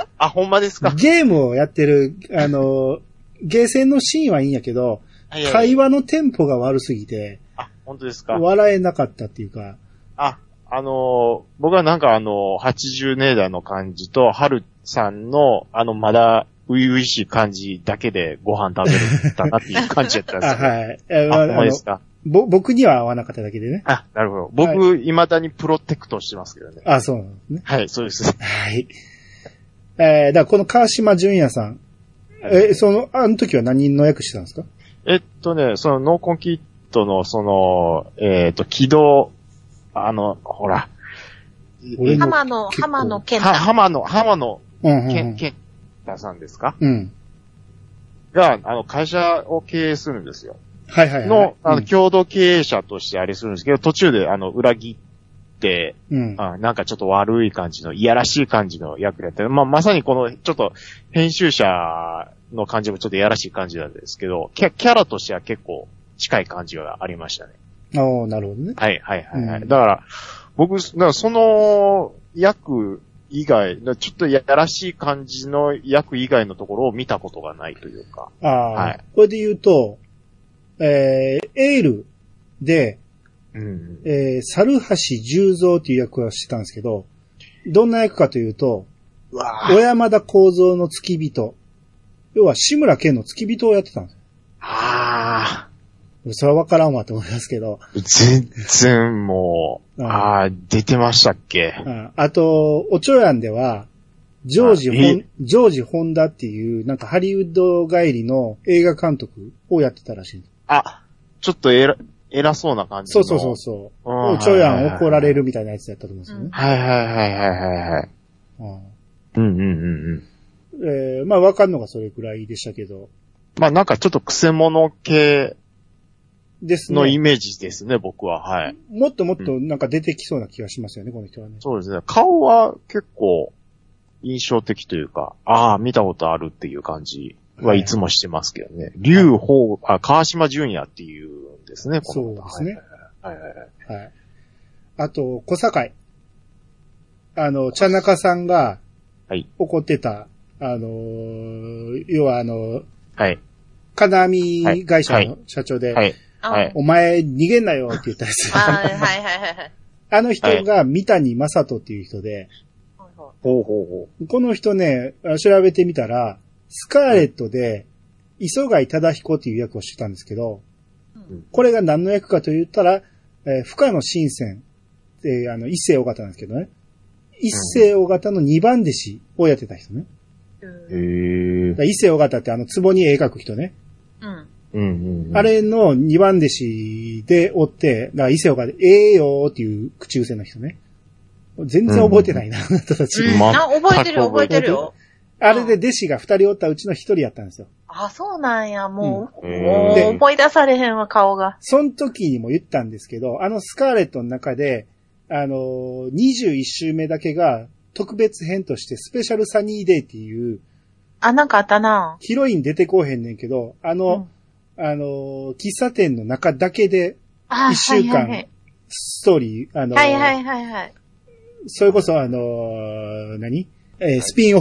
あ、ほんまですか？ ゲームをやってる、あの、ゲーセンのシーンはいいんやけど、はいはいはい、会話のテンポが悪すぎて、 あ、本当ですか？ 笑えなかったっていうか。 あ、あのー、僕はなんかあのー、はちじゅうねんだいの感じと、春さんの、あの、まだ、初々しい感じだけでご飯食べるんだなっていう感じやったんですよ。 あ、はい。 あ、ほんまですか？ ぼ、僕には合わなかっただけでね。 あ、なるほど。僕、はい、未だにプロテクトしてますけどね。 あ、そうなんですね。 はい、そうです。 はい。えー、だからこの川島淳也さん。え、その、あの時は何の役してたんですか？ えっとね、そのノーコンキットの、その、えっと、起動、あの、ほら。 浜野、浜野健太。 浜野、浜野健太さんですか？ うん。 が、あの、会社を経営するんですよ。 はいはいはい。 の、あの、共同経営者としてあれするんですけど、途中で、あの、裏切って、 うん、 あなんかちょっと悪い感じの、いやらしい感じの役やって、まあ、まさにこの、ちょっと、編集者の感じもちょっといやらしい感じなんですけど、キャキャラとしては結構近い感じがありましたね。 ああ、なるほどね。 はいはいはい、はいうん。だから、僕、だからその役以外、ちょっとやらしい感じの役以外のところを見たことがないというか。 ああ、はい。これで言うと、えー、エールで、 うんえー、猿橋十三っていう役をしてたんですけど、どんな役かというと、 うわ小山田幸三の付き人。要は志村けんの付き人をやってたんですよ。 ああ。 それはわからんわと思いますけど。 全然もう、ああ、出てましたっけ？ あ, あと、おちょやんでは、ジョージ・ホン、ジョージ・ホンダっていう、なんかハリウッド帰りの映画監督をやってたらしい。 あ、ちょっと偉、偉そうな感じの。そうそうそうそう。おちょやん怒られるみたいなやつやったと思うんですよね。 はいはいはいはいはいはい。うんうんうんうん。 えー、まあわかんのがそれくらいでしたけど。 まあなんかちょっとクセモノ系ですね。 のイメージですね、僕は。はい。 もっともっとなんか出てきそうな気がしますよね、うん、この人はね。 そうですね。顔は結構印象的というか、ああ、見たことあるっていう感じはいつもしてますけどね。劉宝、あ、川島淳也っていうんですね、 このそうですね。 はいはいはい。 はい。あと、小堺。あの、茶中さんが、 はい。 怒ってた、あのー、要はあの、 はい。 金網会社の社長で、 はい。はい。 お前逃げんなよって言ったやつ。 はいはいはいはい。 あの人が三谷正人っていう人で、 ほうほうほう。この人ね、調べてみたら、スカーレットで、磯貝忠彦っていう役をしてたんですけど、うん、これが何の役かと言ったら、えー、深野新選って、あの、一世尾形なんですけどね。一世尾形の二番弟子をやってた人ね。 へー。 一世尾形ってあの、壺に絵描く人ね。 うん。 うんうんうん、 あれの二番弟子でおって、だから伊勢岡で、ええよーっていう口癖の人ね。全然覚えてないな、あなたたち。 うん、あ、覚えてる覚えてるよ。 あれで弟子が二人おったうちの一人やったんですよ。 あ、そうなんや、もう。うん、 もう思い出されへんわ、顔が。 その時にも言ったんですけど、あのスカーレットの中で、あの、にじゅういち週目だけが特別編としてスペシャルサニーデイっていう、 あ、なんかあったな。 ヒロイン出てこうへんねんけど、あの、うんあの、喫茶店の中だけで、一週間、ストーリー、 あの、はいはいはいはい。 それこそあの、何えー、スピンオフ。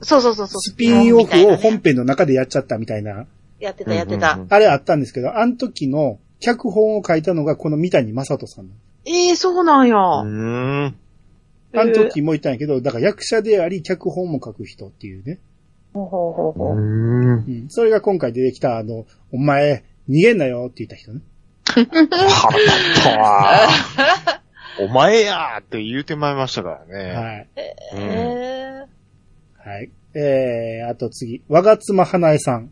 そうそうそうそう。 スピンオフを本編の中でやっちゃったみたいな。 やってたやってた。 あれあったんですけど、あの時の脚本を書いたのがこの三谷正人さん。 ええー、そうなんや。 うーん。 あの時も言ったんやけど、だから役者であり脚本も書く人っていうね。 ほうほうほうほう。 うーん。 うん。それが今回出てきたあの、お前、逃げんなよって言った人ね。 腹立ったわ。お前やーって言うてまいりましたからね。 はい。 えー、はい。えー、あと次、我妻花江さん。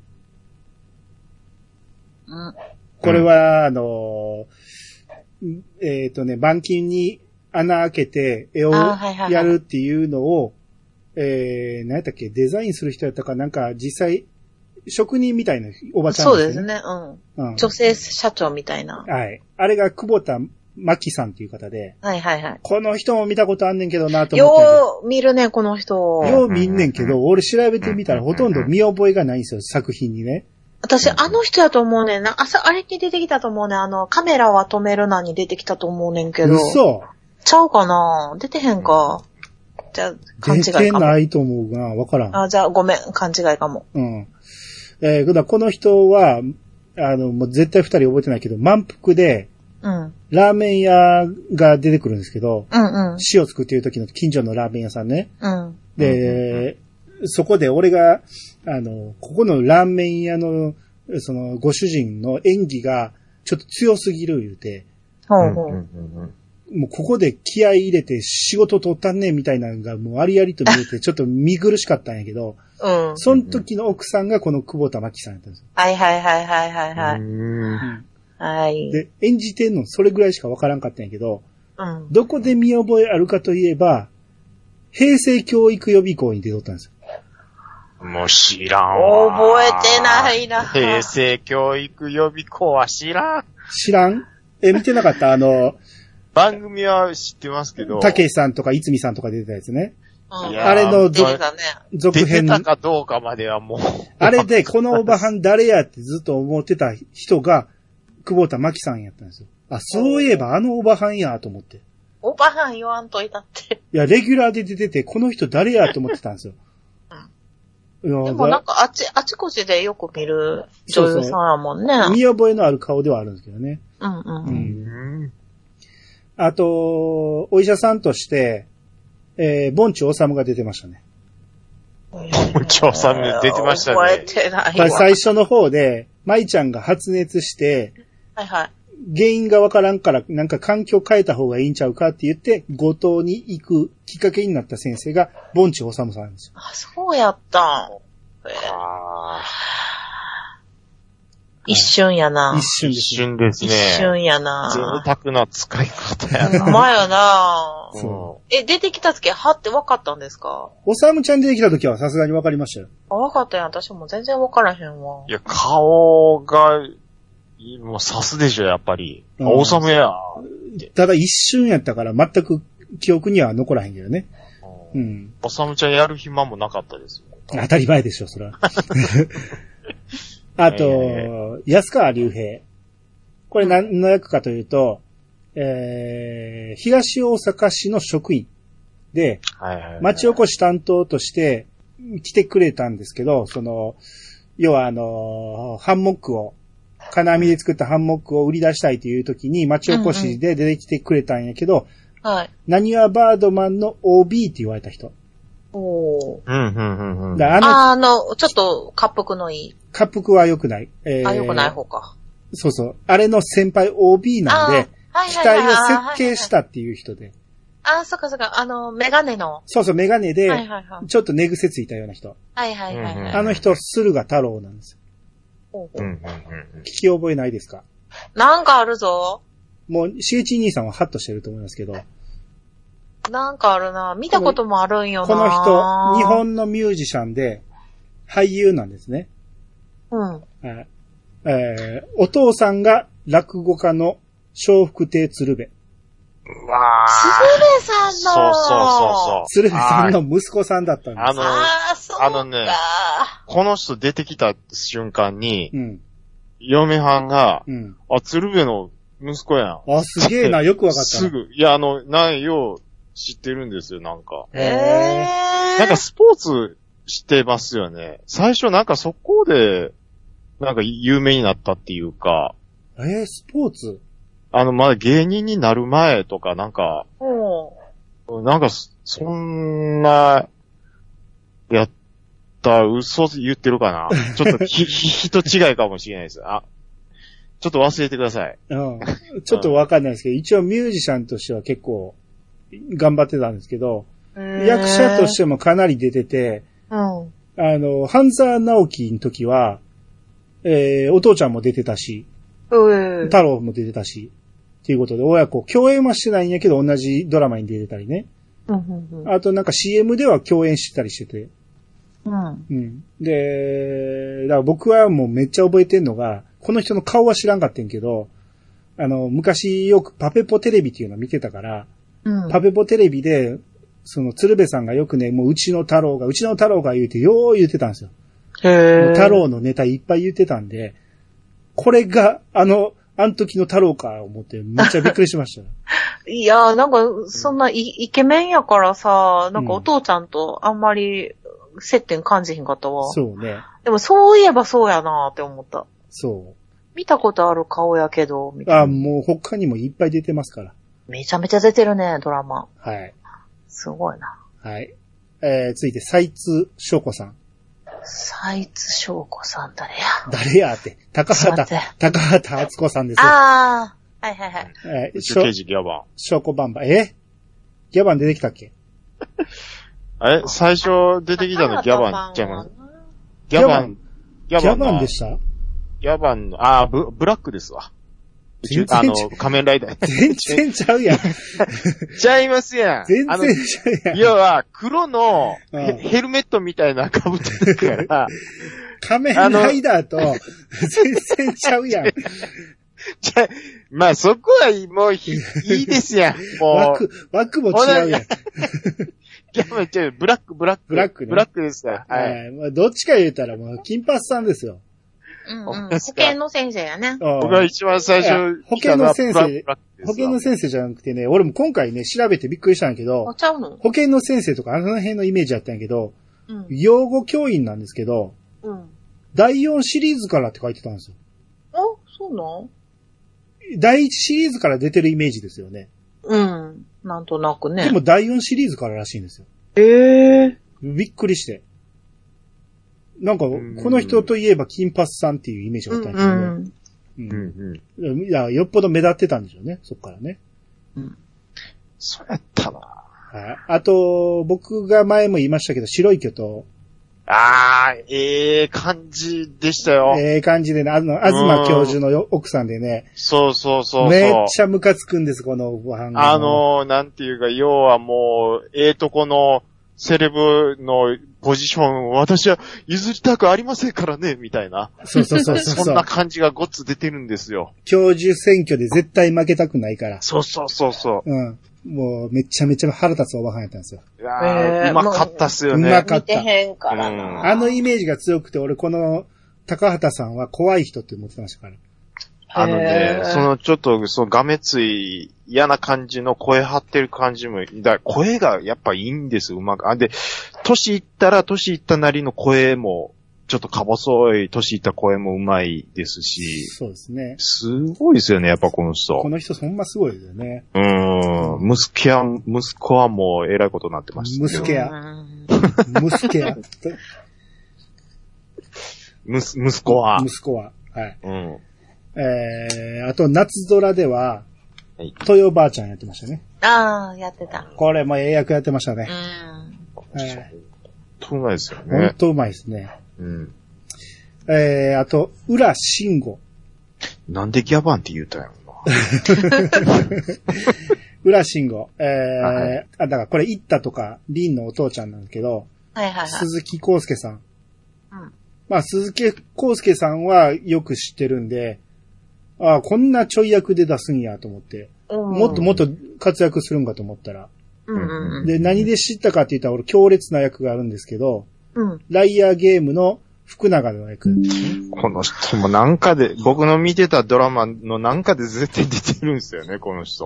うん。 これは、あのー、えっとね、板金に穴開けて絵をやるっていうのを、えー、何やったっけ、デザインする人やったかなんか実際、職人みたいなおばちゃんですね。 そうですね、うん。 うん。 女性社長みたいな。 はい。あれが久保田真希さんっていう方で。 はいはいはい。 この人も見たことあんねんけどなと思って。 よう見るね、この人。 よう見んねんけど、俺調べてみたらほとんど見覚えがないんですよ、作品にね。 私、あの人やと思うねんな。朝、あれに出てきたと思うねん。あの、カメラは止めるなに出てきたと思うねんけど。 嘘。 ちゃうかな？出てへんか。じゃあ、勘違いかも。 出てないと思うな、わからん。 あ、じゃあ、ごめん、勘違いかも。 うん。えー、この人は、あの、もう絶対二人覚えてないけど、満腹で、 うん。 ラーメン屋が出てくるんですけど、 うんうん。 塩作ってる時の近所のラーメン屋さんね。 うん。 で、そこで俺が、あの、ここのラーメン屋の、その、ご主人の演技が、ちょっと強すぎる言うて、 ほうほう。 もうここで気合い入れて仕事取ったんねんみたいなのがもうありありと見えて、ちょっと見苦しかったんやけど、 うん。 その時の奥さんがこの久保田真希さんやったんですよ。 はいはいはいはいはいはい。 うん。 はい。 で、演じてんのそれぐらいしかわからんかったんやけど、 うん。 どこで見覚えあるかといえば、平成教育予備校に出とったんですよ。 もう知らんわ。 覚えてないな。 平成教育予備校は知らん。 知らん？え、見てなかったあの、 番組は知ってますけど。 たけしさんとかいつみさんとか出てたやつね。 うん、 あれの出てたね。 続編。 出てたかどうかまではもう。 あれで、このおばはん誰やってずっと思ってた人が、久保田真希さんやったんですよ。あ、そういえばあのおばはんやと思って。 おばはん言わんといたって。 いや、レギュラーで出てて、この人誰やと思ってたんですよ。 うん、でもなんかあち、あちこちでよく見る女優さんやもんね。 そうそう見覚えのある顔ではあるんですけどね。 うんうん。うん、 あと、お医者さんとして、えー、盆地治が出てましたね。 盆地治出てましたね。 覚えてないわ。 最初の方で、舞ちゃんが発熱して、 はいはい。 原因がわからんから、なんか環境変えた方がいいんちゃうかって言って、五島に行くきっかけになった先生が、盆地治さんなんですよ。 あ、そうやったん。 あ一瞬やな。 一瞬です、 ね。一瞬ですね。 一瞬やな。 贅沢な使い方やな。 ほんまやな。 そう。 え、出てきた時、はって分かったんですか？ おさむちゃん出てきた時はさすがに分かりましたよ。 あ、分かったやん。私も全然分からへんわ。 いや、顔が、もう刺すでしょ、やっぱり。あ、おさむや。 ただ一瞬やったから全く記憶には残らへんけどね。うん。 おさむちゃんやる暇もなかったですよ。 当たり前でしょ、それは。あと、えー、安川隆平。これ何の役かというと、えー、東大阪市の職員で、町おこし担当として来てくれたんですけど、その、要はあの、ハンモックを、金網で作ったハンモックを売り出したいという時に町おこしで出てきてくれたんやけど、 うんうん、はい。 なにわバードマンの オービー って言われた人。 おー。 うん、うん、うん、うん。 あの、あの、ちょっと、滑腹のいい。 滑腹は良くない。 えー、あ、良くない方か。 そうそう。あれの先輩 オービー なんで、機体を設計したっていう人で。 ああ、そっかそっか。あの、メガネの。 そうそう、メガネで、 はいはいはい、 ちょっと寝癖ついたような人。 はいはいはい、はい。 あの人、駿河太郎なんですよ。 ほうほう。 聞き覚えないですか？ なんかあるぞ。 もう、しげち兄さんはハッとしてると思いますけど。 なんかあるな。見たこともあるんよな。 この人、日本のミュージシャンで、俳優なんですね。 うん。 えー、お父さんが落語家の笑福亭鶴瓶。 うわ鶴瓶さんの。 そうそうそうそう。 鶴瓶さんの息子さんだったんです。 あの、 あ, そうあのね、 この人出てきた瞬間に、 うん、 嫁はんが、 うん、 あ、鶴瓶の息子やん。 あ、すげえな、よくわかった。 すぐ。いや、あの、なんよ、知ってるんですよ、なんか。 えー、 なんかスポーツしてますよね。最初なんかそこで、なんか有名になったっていうか。 えー、スポーツあの、まだ芸人になる前とか、なんか、 うん、 なんか、そんな、やった嘘言ってるかなちょっとひ、ひ、人違いかもしれないです。あ、ちょっと忘れてください。 うん。ちょっとわかんないですけど、一応ミュージシャンとしては結構、頑張ってたんですけど、役者としてもかなり出てて、 うん、あの、半沢直樹の時は、えー、お父ちゃんも出てたし、 うん、 太郎も出てたし、っていうことで、親子、共演はしてないんやけど、同じドラマに出てたりね。 うんうんうん、 あとなんか シーエム では共演してたりしてて。 うん。 うん。で、だから僕はもうめっちゃ覚えてんのが、この人の顔は知らんかったんけど、あの、昔よくパペポテレビっていうのを見てたから、うん、パペポテレビで、その鶴瓶さんがよくね、もううちの太郎が、うちの太郎が言うて、よう言ってたんですよ。 へー。 太郎のネタいっぱい言ってたんで、これが、あの、あの時の太郎か、思って、めっちゃびっくりしました。 いやー、なんか、そんなイ、イケメンやからさ、なんかお父ちゃんとあんまり接点感じひんかったわ。 そうね。 でもそういえばそうやなーって思った。 そう。 見たことある顔やけど、みたいな。 あ、もう他にもいっぱい出てますから。 めちゃめちゃ出てるね、ドラマ。 はい。 すごいな。 はい。えー、続いて、斉津翔子さん。 斉津翔子さん誰や誰やって。高畑、高畑敦子さんですよ。 ああ、はいはいはい。 えー、宇宙刑事ギャバン。 翔子バンバン。えギャバン出てきたっけあれ最初出てきたのギャバンちゃいます。ギャバン、 ギャバン。ギャバンでしたギャバンの、ああ、ブ、ブラックですわ。あの、仮面ライダー。 全然ちゃうやん。 ちゃいますやん。 全然ちゃうやん。 要は、黒のヘ、ヘルメットみたいな被ってるから。 仮面ライダーと、全然ちゃうやん。 ちゃ、まあそこはもういいですやん。もう。 枠、枠も違うやん。 いや、めっちゃ、ブラック、ブラック。 ブラックね。 ブラックですよ。 はい。まあ、どっちか言うたらもう、金髪さんですよ。 うんうん、保健の先生やね。 僕が一番最初、 保健の先生、保健の先生じゃなくてね、俺も今回ね、調べてびっくりしたんやけど、 ちゃうの保健の先生とかあの辺のイメージあったんやけど、うん、養護教員なんですけど、うん、だいよんシリーズからって書いてたんですよ。 あ、そうなんだいいちシリーズから出てるイメージですよね。 うん。なんとなくね。 でもだいよんシリーズかららしいんですよ。 ええー。びっくりして。なんか、この人といえば金髪さんっていうイメージがあったんですよね。うんうんうん、いや、よっぽど目立ってたんでしょうね、そっからね。 うん。そうやったな。 はい。あと、僕が前も言いましたけど、白い巨頭。 あー、ええ感じでしたよ。 ええ感じでね、あの、東教授の奥さんでね。 そうそうそうそう。 めっちゃムカつくんです、このご飯が。 あのー、なんていうか、要はもう、ええとこの、セレブのポジションを私は譲りたくありませんからね、みたいな。 そうそうそうそう。 そんな感じがごっつ出てるんですよ。 教授選挙で絶対負けたくないから。 そうそうそうそう。 うん。もうめちゃめちゃ腹立つおばはんやったんですよ。 いやー、うまかったっすよね。 うまかった。 見てへんからな。 あのイメージが強くて、俺この高畑さんは怖い人って思ってましたから。 あのね、そのちょっと、そのがめつい嫌な感じの声張ってる感じも、だ声がやっぱいいんです、うまく。あ、で、年いったら年いったなりの声も、ちょっとか細い年いった声もうまいですし。 そうですね。 すごいですよね、やっぱこの人。 この人ほんますごいですよね。 うーん。息子は、息子はもう偉いことになってました。 息子や。息子や。 息子は。 息子は。はい。 うん。 えー、あと、夏空では、はい、豊ばあちゃんやってましたね。 ああ、やってた。 これもええ役やってましたね。 うん。えー、本当うまいですよね。 本当うまいですね。 うん。 えー、あと、浦慎吾。 なんでギャバンって言うたんやろな。浦慎吾。えー、はい、あ、だからこれ、イッタとか、リンのお父ちゃんなんだけど、 はいはいはい。 鈴木康介さん。 うん。 まあ、鈴木康介さんはよく知ってるんで、ああ、こんなちょい役で出すんやと思って、うん、もっともっと活躍するんかと思ったら。 うんうん、 で、何で知ったかって言ったら俺強烈な役があるんですけど、 うん、 ライアーゲームの福永の役、ね。 この人もなんかで、僕の見てたドラマのなんかで絶対出てるんですよね、この人。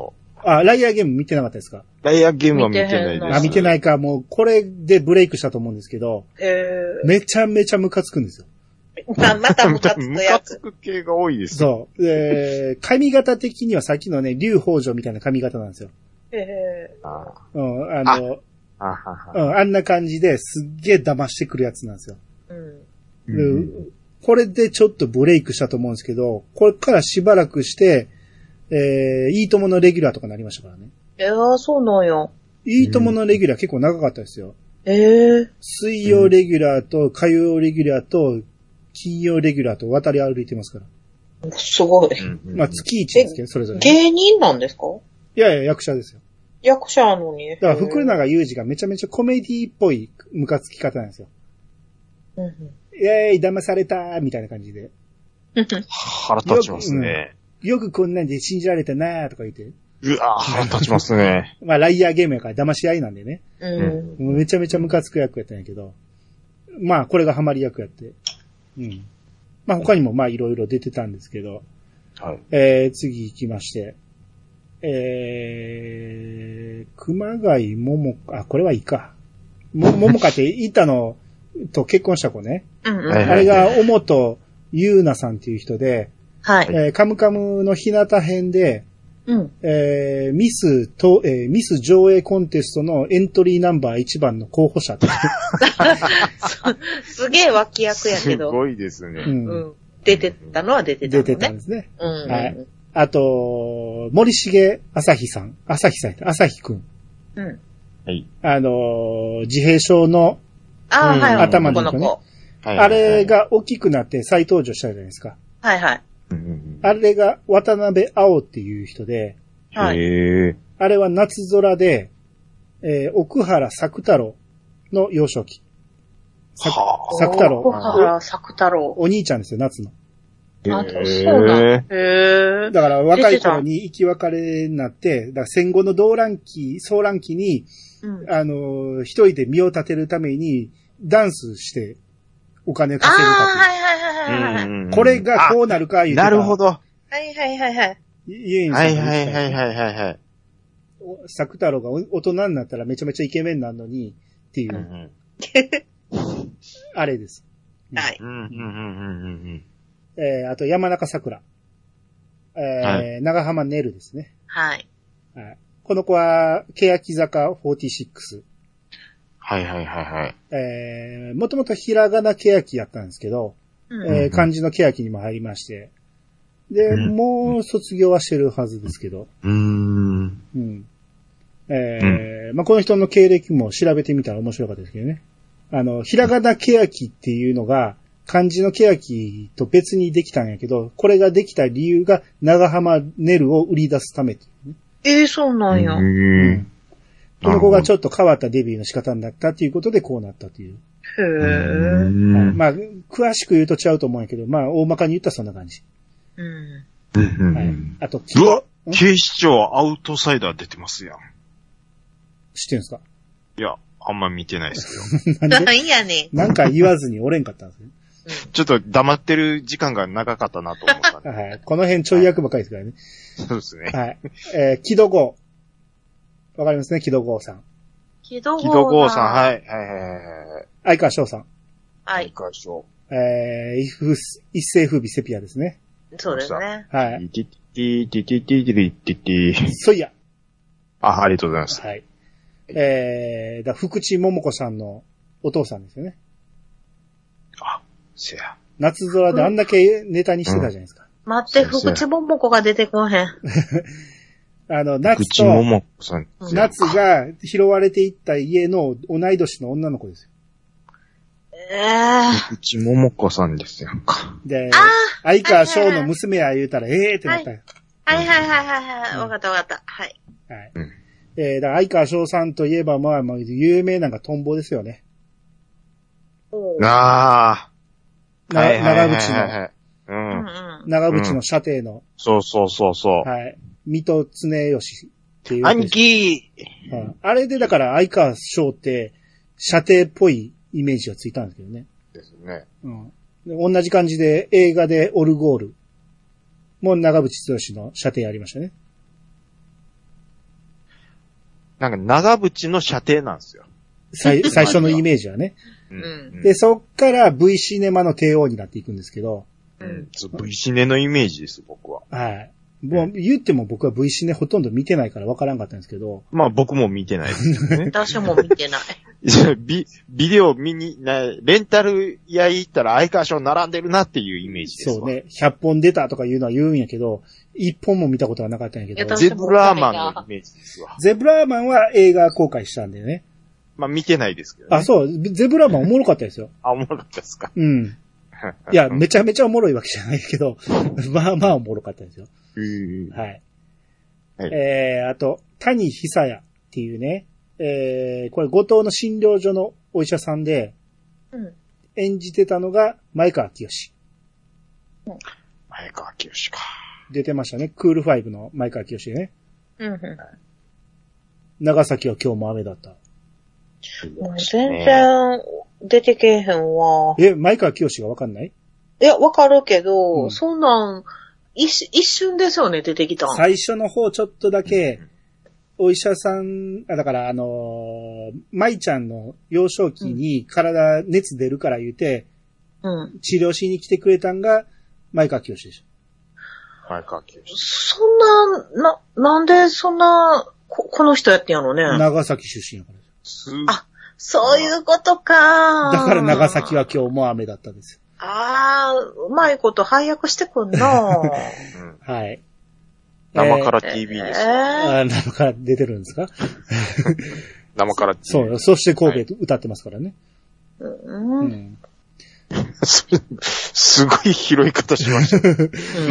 あ、ライアーゲーム見てなかったですか？ ライアーゲームは見てないです。 あ、見てないか。もう、これでブレイクしたと思うんですけど、えー、めちゃめちゃムカつくんですよ。 ままたムカつくやつ。 ムカつく系が多いです。 そう。えー、髪型的にはさっきのね、竜北条みたいな髪型なんですよ。えー、あうん、あの、あ, あ, ははうん、あんな感じですっげえ騙してくるやつなんですよ。うん、うん、これでちょっとブレイクしたと思うんですけど、これからしばらくして、えー、いいとものレギュラーとかなりましたからね。 えー、そうなんや。 いいとものレギュラー結構長かったですよ。 えー、 水曜レギュラーと火曜レギュラーと金曜レギュラーと渡り歩いてますから。 すごい。 まあ月一ですけど、それぞれ。 芸人なんですか？ いやいや、役者ですよ。 役者なのに。 だから福永裕二がめちゃめちゃコメディっぽいムカつき方なんですよ。うんうん、イェーイ、騙されたーみたいな感じで。 腹立ちますね。 よく、うん、よくこんなんで信じられたなーとか言って。 うわー、腹立ちますね。 まあ、ライアーゲームやから騙し合いなんでね。うん。めちゃめちゃムカつく役やったんやけど。まあ、これがハマり役やって。うん。まあ、他にもまあ、いろいろ出てたんですけど。はい。えー、次行きまして。えー、熊谷桃香、あ、これはいいか。も、桃香っていたのと結婚した子ね。うんうん。あれが、尾本優奈さんっていう人で、はい。えー、カムカムの日向編で、うん。えー、ミスと、えー、ミス上映コンテストのエントリーナンバーいちばんの候補者。 す, すげえ脇役やけど。 すごいですね。うん。 うん、出てたのは出てたのね。 出てたんですね。うん。はい。あと、森重朝日さん。朝日さん、朝日くん。うん。はい。あのー、自閉症の、ああ、うん、はい、頭の子ね。この子あれが大きくなって再登場したじゃないですか。 はいはい。 あれが渡辺青っていう人で、はい。あれは夏空で、えー、奥原作太郎の幼少期。作太郎。 奥原作太郎。 お兄ちゃんですよ、夏の。 あ、そうだ。へだから若い頃に生き別れになって、だから戦後の動乱期、騒乱期に、うん、あの、一人で身を立てるためにダンスしてお金稼ぐかっていう。はいはいはいはい。これがこうなるか言うてた。 なるほど。 はいはいはいはい。 家にはいはいはいはいはい。 作太郎が大人になったらめちゃめちゃイケメンなのにっていう。うんうん、あれです。はい。うんうんうんうんうんえー、あと山中桜。えーはい、長浜ねるですね。はい。はい。この子は、欅坂よんじゅうろく。 はいはいはいはい。 えー、もともとひらがな欅やったんですけど、うんえー、漢字の欅にも入りまして、で、うん、もう卒業はしてるはずですけど。うーん。うん。えー、うん、まあ、この人の経歴も調べてみたら面白かったですけどね。あの、ひらがな欅っていうのが、漢字の欅と別にできたんやけど、これができた理由が長浜ねるを売り出すためっていう、ね。 ええー、そうなんや。うん。 この子がちょっと変わったデビューの仕方になったっていうことでこうなったという。へー。はい、まあ、詳しく言うと違うと思うんやけど、まあ、大まかに言ったらそんな感じ。うん。 はい。あと、うわ警視庁アウトサイダー出てますやん。 知ってるんですか？ いや、あんま見てないですよ。なんやねん。なんか言わずにおれんかったんですね。 ちょっと黙ってる時間が長かったなと思った、 ね。はい。この辺ちょい役ばかりですからね。 そうですね。 はい。えー、木戸郷。わかりますね、木戸郷さん。 木戸郷さん。 木戸郷さん、はい。はいはいはい。 相川翔さん。 はい。 相川翔。 えー、一世風靡セピアですね。 そうですね。 はい。 ティティティティティティティティ。 そいや。 あ、ありがとうございます。 はい。えー、だ福地桃子さんのお父さんですよね。 あ、せや。 夏空であんだけネタにしてたじゃないですか。 うん、待って、福地桃子が出てこへん。 あの、夏と、桃子さん夏が拾われていった家の同い年の女の子ですよ。 えぇ、 ー。福地桃子さんですよ。 で、相川翔の娘や言うたら、ええーってなったよ。 はいはいはいはいはい。わかったわかった。はい。はい。 うんえー、だから相川翔さんといえば、まあ、まあ、有名なのがトンボですよね。 ああ。 長渕の、うん。長渕の射程の、うん。 そうそうそうそう。 はい。水戸常義っていう。 兄貴、 うん、あれでだから相川翔って、射程っぽいイメージがついたんですけどね。 ですね。 うん。同じ感じで映画でオルゴールも長渕剛の射程ありましたね。 なんか長渕の射程なんですよ。 最、最初のイメージはね。 うん。 で、そっから V シネマの帝王になっていくんですけど。 うん。V シネのイメージです、僕は。 はい。もう言っても僕は V シネほとんど見てないから分からんかったんですけど。 まあ僕も見てないですね。 私も見てない。 ビ、ビデオ見に、レンタル屋行ったら相川賞並んでるなっていうイメージですわ。 そうね。ひゃっぽん出たとかいうのは言うんやけど、いっぽんも見たことはなかったんやけど。 ゼブラーマンのイメージですわ。 ゼブラーマンは映画公開したんだよね。 まあ見てないですけどね。 あ、そう。ゼブラーマンおもろかったですよ。 あ、おもろかったですか。 うん。いや、めちゃめちゃおもろいわけじゃないけど、まあまあおもろかったですよ。はい。はい、えー、あと、谷久也っていうね、えー、これ後藤の診療所のお医者さんで、うん、演じてたのが前川清。 うん、前川清か。 出てましたね。クールファイブの前川清ね。 うんうん、 長崎は今日も雨だった。 もう全然出てけえへんわ。 え、前川清がわかんない？ いや、わかるけど、うん、そんなん、一, 一瞬ですよね、出てきた。 最初の方ちょっとだけ、お医者さん、あだからあのー、舞ちゃんの幼少期に体熱出るから言うて、うん、治療しに来てくれたんが、前川清でしょ。前川清。 そんな、な、なんでそんな、こ, この人やってんやろね。 長崎出身やからです。 あ、そういうことか。 だから長崎は今日も雨だったんですよ。 ああ、うまいこと配役してくんな、うん、 はい。 生から ティービー です、ね。えー、あ生から出てるんですか生から ティービー。 そう、そして神戸歌ってますからね。 はい、うんうん、 すごい広い方しました、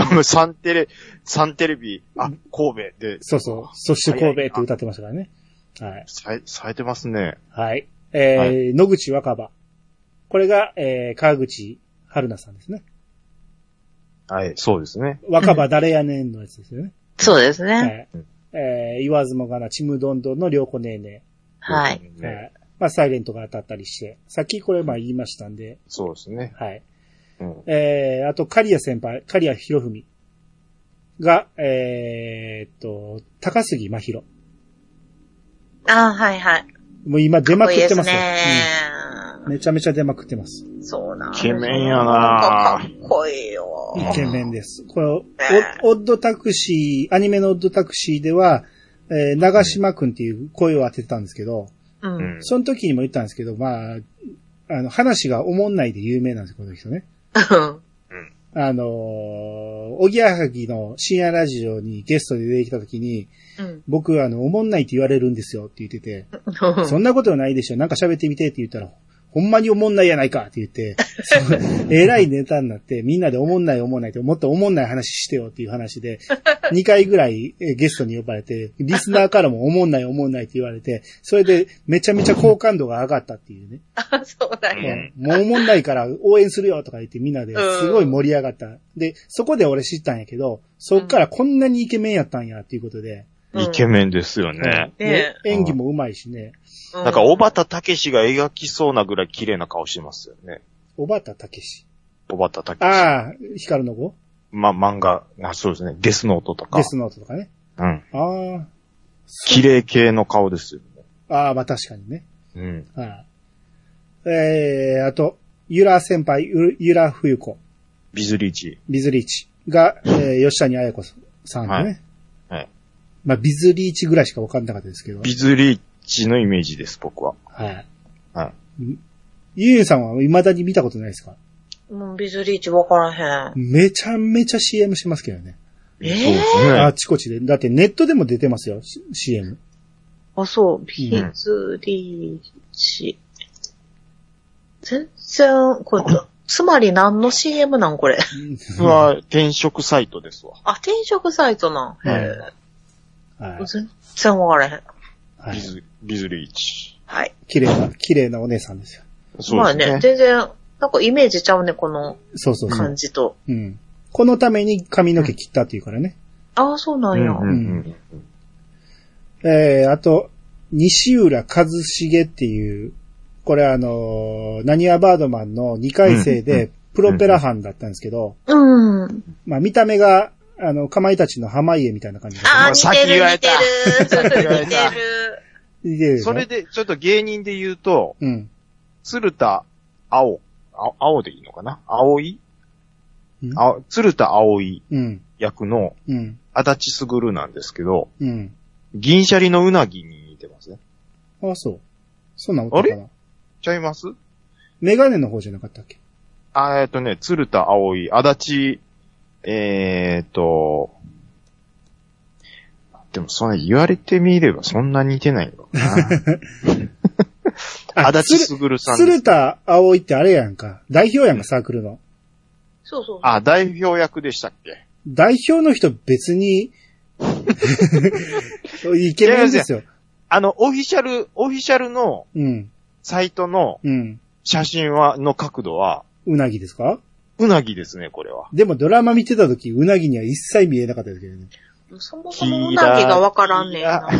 ね。サンテレ、サンテレビ、あ、神戸で。 そうそう。そして神戸って歌ってましたからね。はい。 さえ、さえてますね。 はい。えー、はい、野口若葉。これが、えー、川口春奈さんですね。 はい、そうですね。 若葉誰やねんのやつですよね。 そうですね。 はい、えー、言わずもがな、ちむどんどんの良子ねえねえ。はい。 はい。まあ、サイレントが当たったりして、さっきこれまあ言いましたんで。 そうですね。 はい。うん、えー、あと、刈谷先輩、刈谷博文が、えー、っと、高杉真宙。 ああ、はいはい。 もう今出まくってますよ。 ね、 うん。めちゃめちゃ出まくってます。 そうなんイケメンやなかっこいいよ。 イケメンです。これ、オッドタクシー、アニメのオッドタクシーでは、えー、長島くんっていう声を当ててたんですけど、うん。その時にも言ったんですけど、まあ、あの、話がおもんないで有名なんですよ、この人ね。あのー、おぎやはぎの深夜ラジオにゲストで出てきた時に、うん、僕、あの、おもんないって言われるんですよって言ってて、そんなことはないでしょ、なんか喋ってみてって言ったら、ほんまにおもんないやないかって言って、えらいネタになって、みんなでおもんないおもんないって、もっとおもんない話してよっていう話で、にかいぐらいゲストに呼ばれて、リスナーからもおもんないおもんないって言われて、それでめちゃめちゃ好感度が上がったっていうね。 あ、そうだね。もうおもんないから応援するよとか言ってみんなですごい盛り上がった。で、そこで俺知ったんやけど、そっからこんなにイケメンやったんやっていうことで。 イケメンですよね。 うん、ね、演技も上手いしね。 なんか、小畑武史が描きそうなぐらい綺麗な顔してますよね。 小畑武史。 小畑武史。 ああ、光の子？ ま、漫画、あ、そうですね。デスノートとか。 デスノートとかね。 うん。 ああ。 綺麗系の顔ですよね。 ああ、まあ確かにね。 うん。 ああえー、あと、ゆら先輩、ゆら冬子。 ビズリーチ。 ビズリーチが、えー、吉谷彩子さんでね。はい。はい、まあ、ビズリーチぐらいしか分かんなかったですけど。 ビズリーチのイメージです、僕は。 はい。 はい。 ゆうゆうさんは未だに見たことないですか？ もうビズリーチ分からへん。 めちゃめちゃ シーエム してますけどね。 ええー、 あちこちで。だってネットでも出てますよ、シーエム。 あ、そう。ビズリーチ。うん、全然、これ、つまり何の シーエム なんこれ。 は、転職サイトですわ。 あ、転職サイトなん。へえ、はい。全然分からへん。 はい、 ビズ、ビズリーチ。 はい。 綺麗な、綺麗なお姉さんですよ。 そうですね。 まあね、全然、なんかイメージちゃうね、このそうそうそう感じと。 うん。このために髪の毛切ったっていうからね。 うん、ああ、そうなんや。 うんうんうん、えー、あと、西浦一茂っていう、これあのー、なにわバードマンのにかい生でプロペラ班だったんですけど、 うん。 まあ見た目が、あの、かまいたちの濱家みたいな感じです、 ね。ああ、似てる似てる。似てる。 それで、ちょっと芸人で言うと、 うん。 鶴田青、あ青でいいのかな青いあ鶴田青い役の、うん。足立すぐるなんですけど、うん。銀シャリのうなぎに似てますね。 ああ、そう。そんなことかな。 あれちゃいます？ メガネの方じゃなかったっけ？ あ、えっとね、鶴田青い、足立、えーっと、でもそれ言われてみればそんな似てないのかな。足立すぐるさん。 鶴田青いってあれやんか。代表やんか、サークルの。 そうそう。 あ、代表役でしたっけ？ 代表の人別に、イケメンですよ。 あの、オフィシャル、オフィシャルの、 うん。 サイトの、写真は、の角度は、 うなぎですか？ うなぎですね、これは。 でもドラマ見てた時、うなぎには一切見えなかったですけどね。 そもそもうなぎがわからんねんな。はい。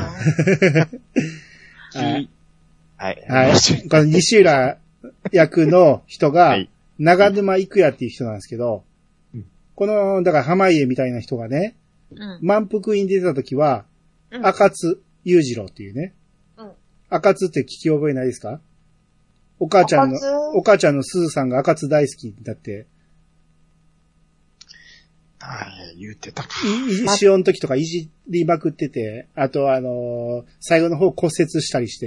はい。はい。この西浦役の人が、はい、長沼育也っていう人なんですけど、うん、この、だから濱家みたいな人がね、うん、満腹に出た時は、うん、赤津裕次郎っていうね、うん、赤津って聞き覚えないですか？お母ちゃんの、お母ちゃんのすずさんが赤津大好きだって。 はい、言ってたか。 い、塩の時とかいじりまくってて、あとあのー、最後の方骨折したりして。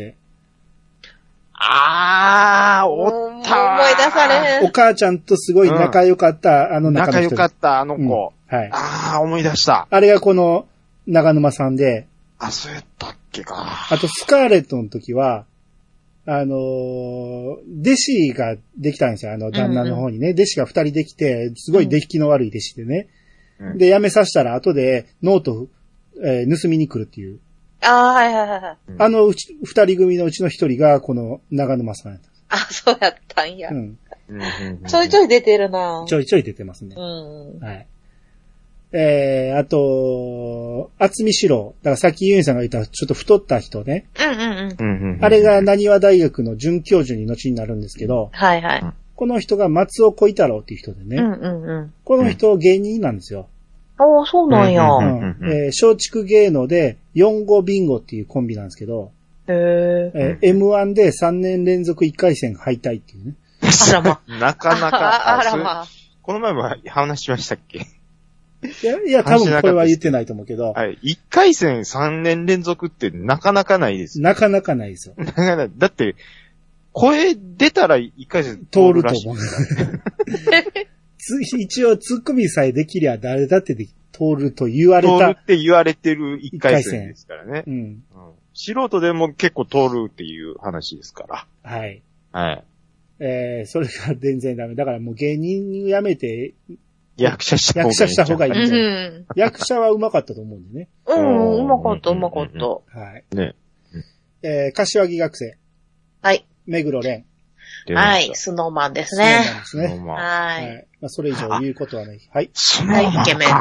あー、おったー。思い出されへん。 お母ちゃんとすごい仲良かった、うん、あの中の人。 仲良かったあの子。うん、 はい。 あー、思い出した。 あれがこの長沼さんで。 あ、そうやったっけか。 あとスカーレットの時は、あのー、弟子ができたんですよ。あの、旦那の方にね。うんうん、弟子が二人できて、すごい出来の悪い弟子でね。うん、で、辞めさせたら後でノート、えー、盗みに来るっていう。 ああ、はいはいはい。 あのうち、二人組のうちの一人が、この長沼さんやった。 あ、そうやったんや。うん。ちょいちょい出てるなちょいちょい出てますね。うん。はい。えー、あと、厚見四郎。だからさっきユンさんが言ったちょっと太った人ね。うんうんうん。あれが何和大学の准教授に後になるんですけど。 はいはい。 この人が松尾小太郎っていう人でね。うんうんうん。この人芸人なんですよ。 ああ、そうなんや。うん。えー、松竹芸能でよんごビンゴっていうコンビなんですけど。へー。えー、エムワン でさんねん連続いっかい戦敗退っていうね。 あらま。 なかなか。あらま。この前も話しましたっけ？ いや、いや、多分これは言ってないと思うけど。 はい。いっかい戦さんねん連続ってなかなかないです。 なかなかないですよ。 なかなか、だって、声出たらいっかい戦通るらしい。通ると思う。一応、ツッコミさえできりゃ誰だってで通ると言われた。 通るって言われてるいっかい戦ですからね。うん、うん。素人でも結構通るっていう話ですから。 はい。 はい。 えー、それが全然ダメ。だからもう芸人辞めて、 役者した方がいい。 役者した方がいいみたいな。うん、役者は上手かったと思うんでね。 うん、うまかった、うまかった。はい。ね。えー、柏木学生。 はい。 目黒蓮。 はい、スノーマンですね。 スノーマンですね。はい。はい。まあ、それ以上言うことはない。はい。 スノーマン。はい、イケメンです。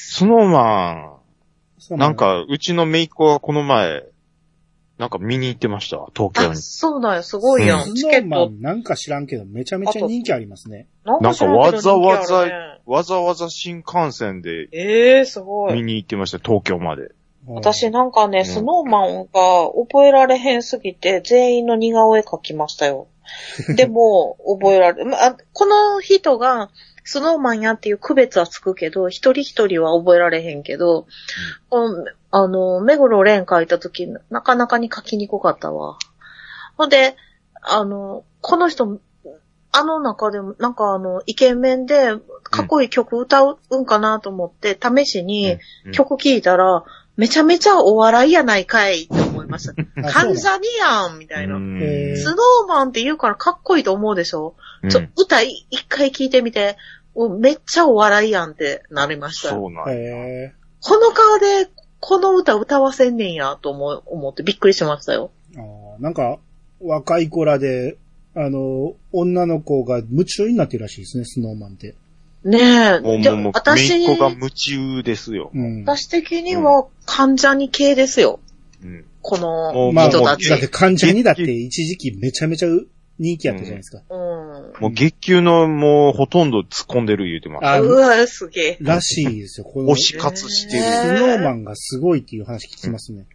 スノーマン。なんか、うちの姪っ子がこの前、なんか見に行ってました、東京に。あ、 そうだよ、すごいよ。 スノーマンなんか知らんけど、めちゃめちゃ人気ありますね。 なんかわざわざ、わざわざ新幹線で、 ええ、すごい。 見に行ってました、東京まで。 私なんかね、うん、スノーマンが覚えられへんすぎて、全員の似顔絵描きましたよ。でも、覚えられ、まあ、この人が、スノーマンやっていう区別はつくけど、一人一人は覚えられへんけど、うん、あの、目黒蓮書いたとき、なかなかに書きにくかったわ。ほんで、あの、この人、あの中でも、なんかあの、イケメンで、かっこいい曲歌うんかなと思って、試しに曲聴いたら、めちゃめちゃお笑いやないかいって思いました。関ジャニやんみたいな。スノーマンって言うからかっこいいと思うでしょ、うん、ちょ、歌一回聴いてみて、めっちゃお笑いやんってなりました。 そうなんや。 この顔でこの歌歌わせんねんやと思思ってびっくりしましたよ。 あ、なんか若い子らで、あの、女の子が夢中になってるらしいですね、スノーマンって。 ねえ。 もう、もう、もう、私、めいっ子が夢中ですよ。 うん、私的には関ジャニ系ですよ。うん、この人たち。 まあ、だって関ジャニだって一時期めちゃめちゃ人気やったじゃないですか。うん。 もう月給のもうほとんど突っ込んでる言うてます。 あ、うわ、すげえ。 らしいですよ。 この推し活してる。 スノーマンがすごいっていう話聞きますね。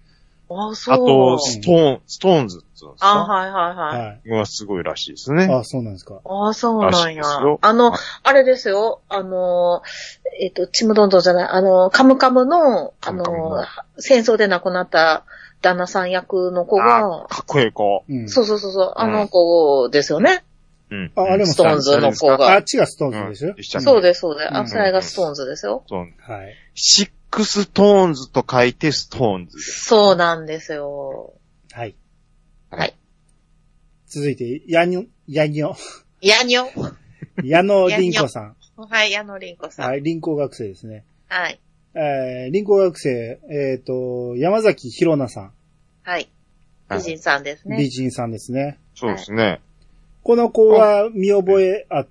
あ、そう。 あと、ストーン、ストーンズって言うんですか？ あ、はいはいはい。 はすごいらしいですね。 あ、そうなんですか。 あ、そうなんや。あの、 あれですよ。あの、えっと、ちむどんどんじゃない、あの、カムカムの、あの、戦争で亡くなった旦那さん役の子が、 かっこいい子。 うん、そうそうそう、あの子ですよね。 うん。 あ、あれもストーンズの子が。 あっちがストーンズでしょ、 うん、そうです、そうです。あ、それがストーンズですよ。 そう。 はい。 シックストーンズと書いてストーンズです。 そうなんですよ。 はい。 はい。 続いて、やにょ、やにょ。 やにょ。 矢野凛子さん。 はい、矢野凛子さん。 はい、凛子学生ですね。 はい。 えー、凛子学生、えっ、ー、と、山崎ひろなさん。 はい。美人さんですね。 美人さんですね。 そうですね。 この子は見覚えあって、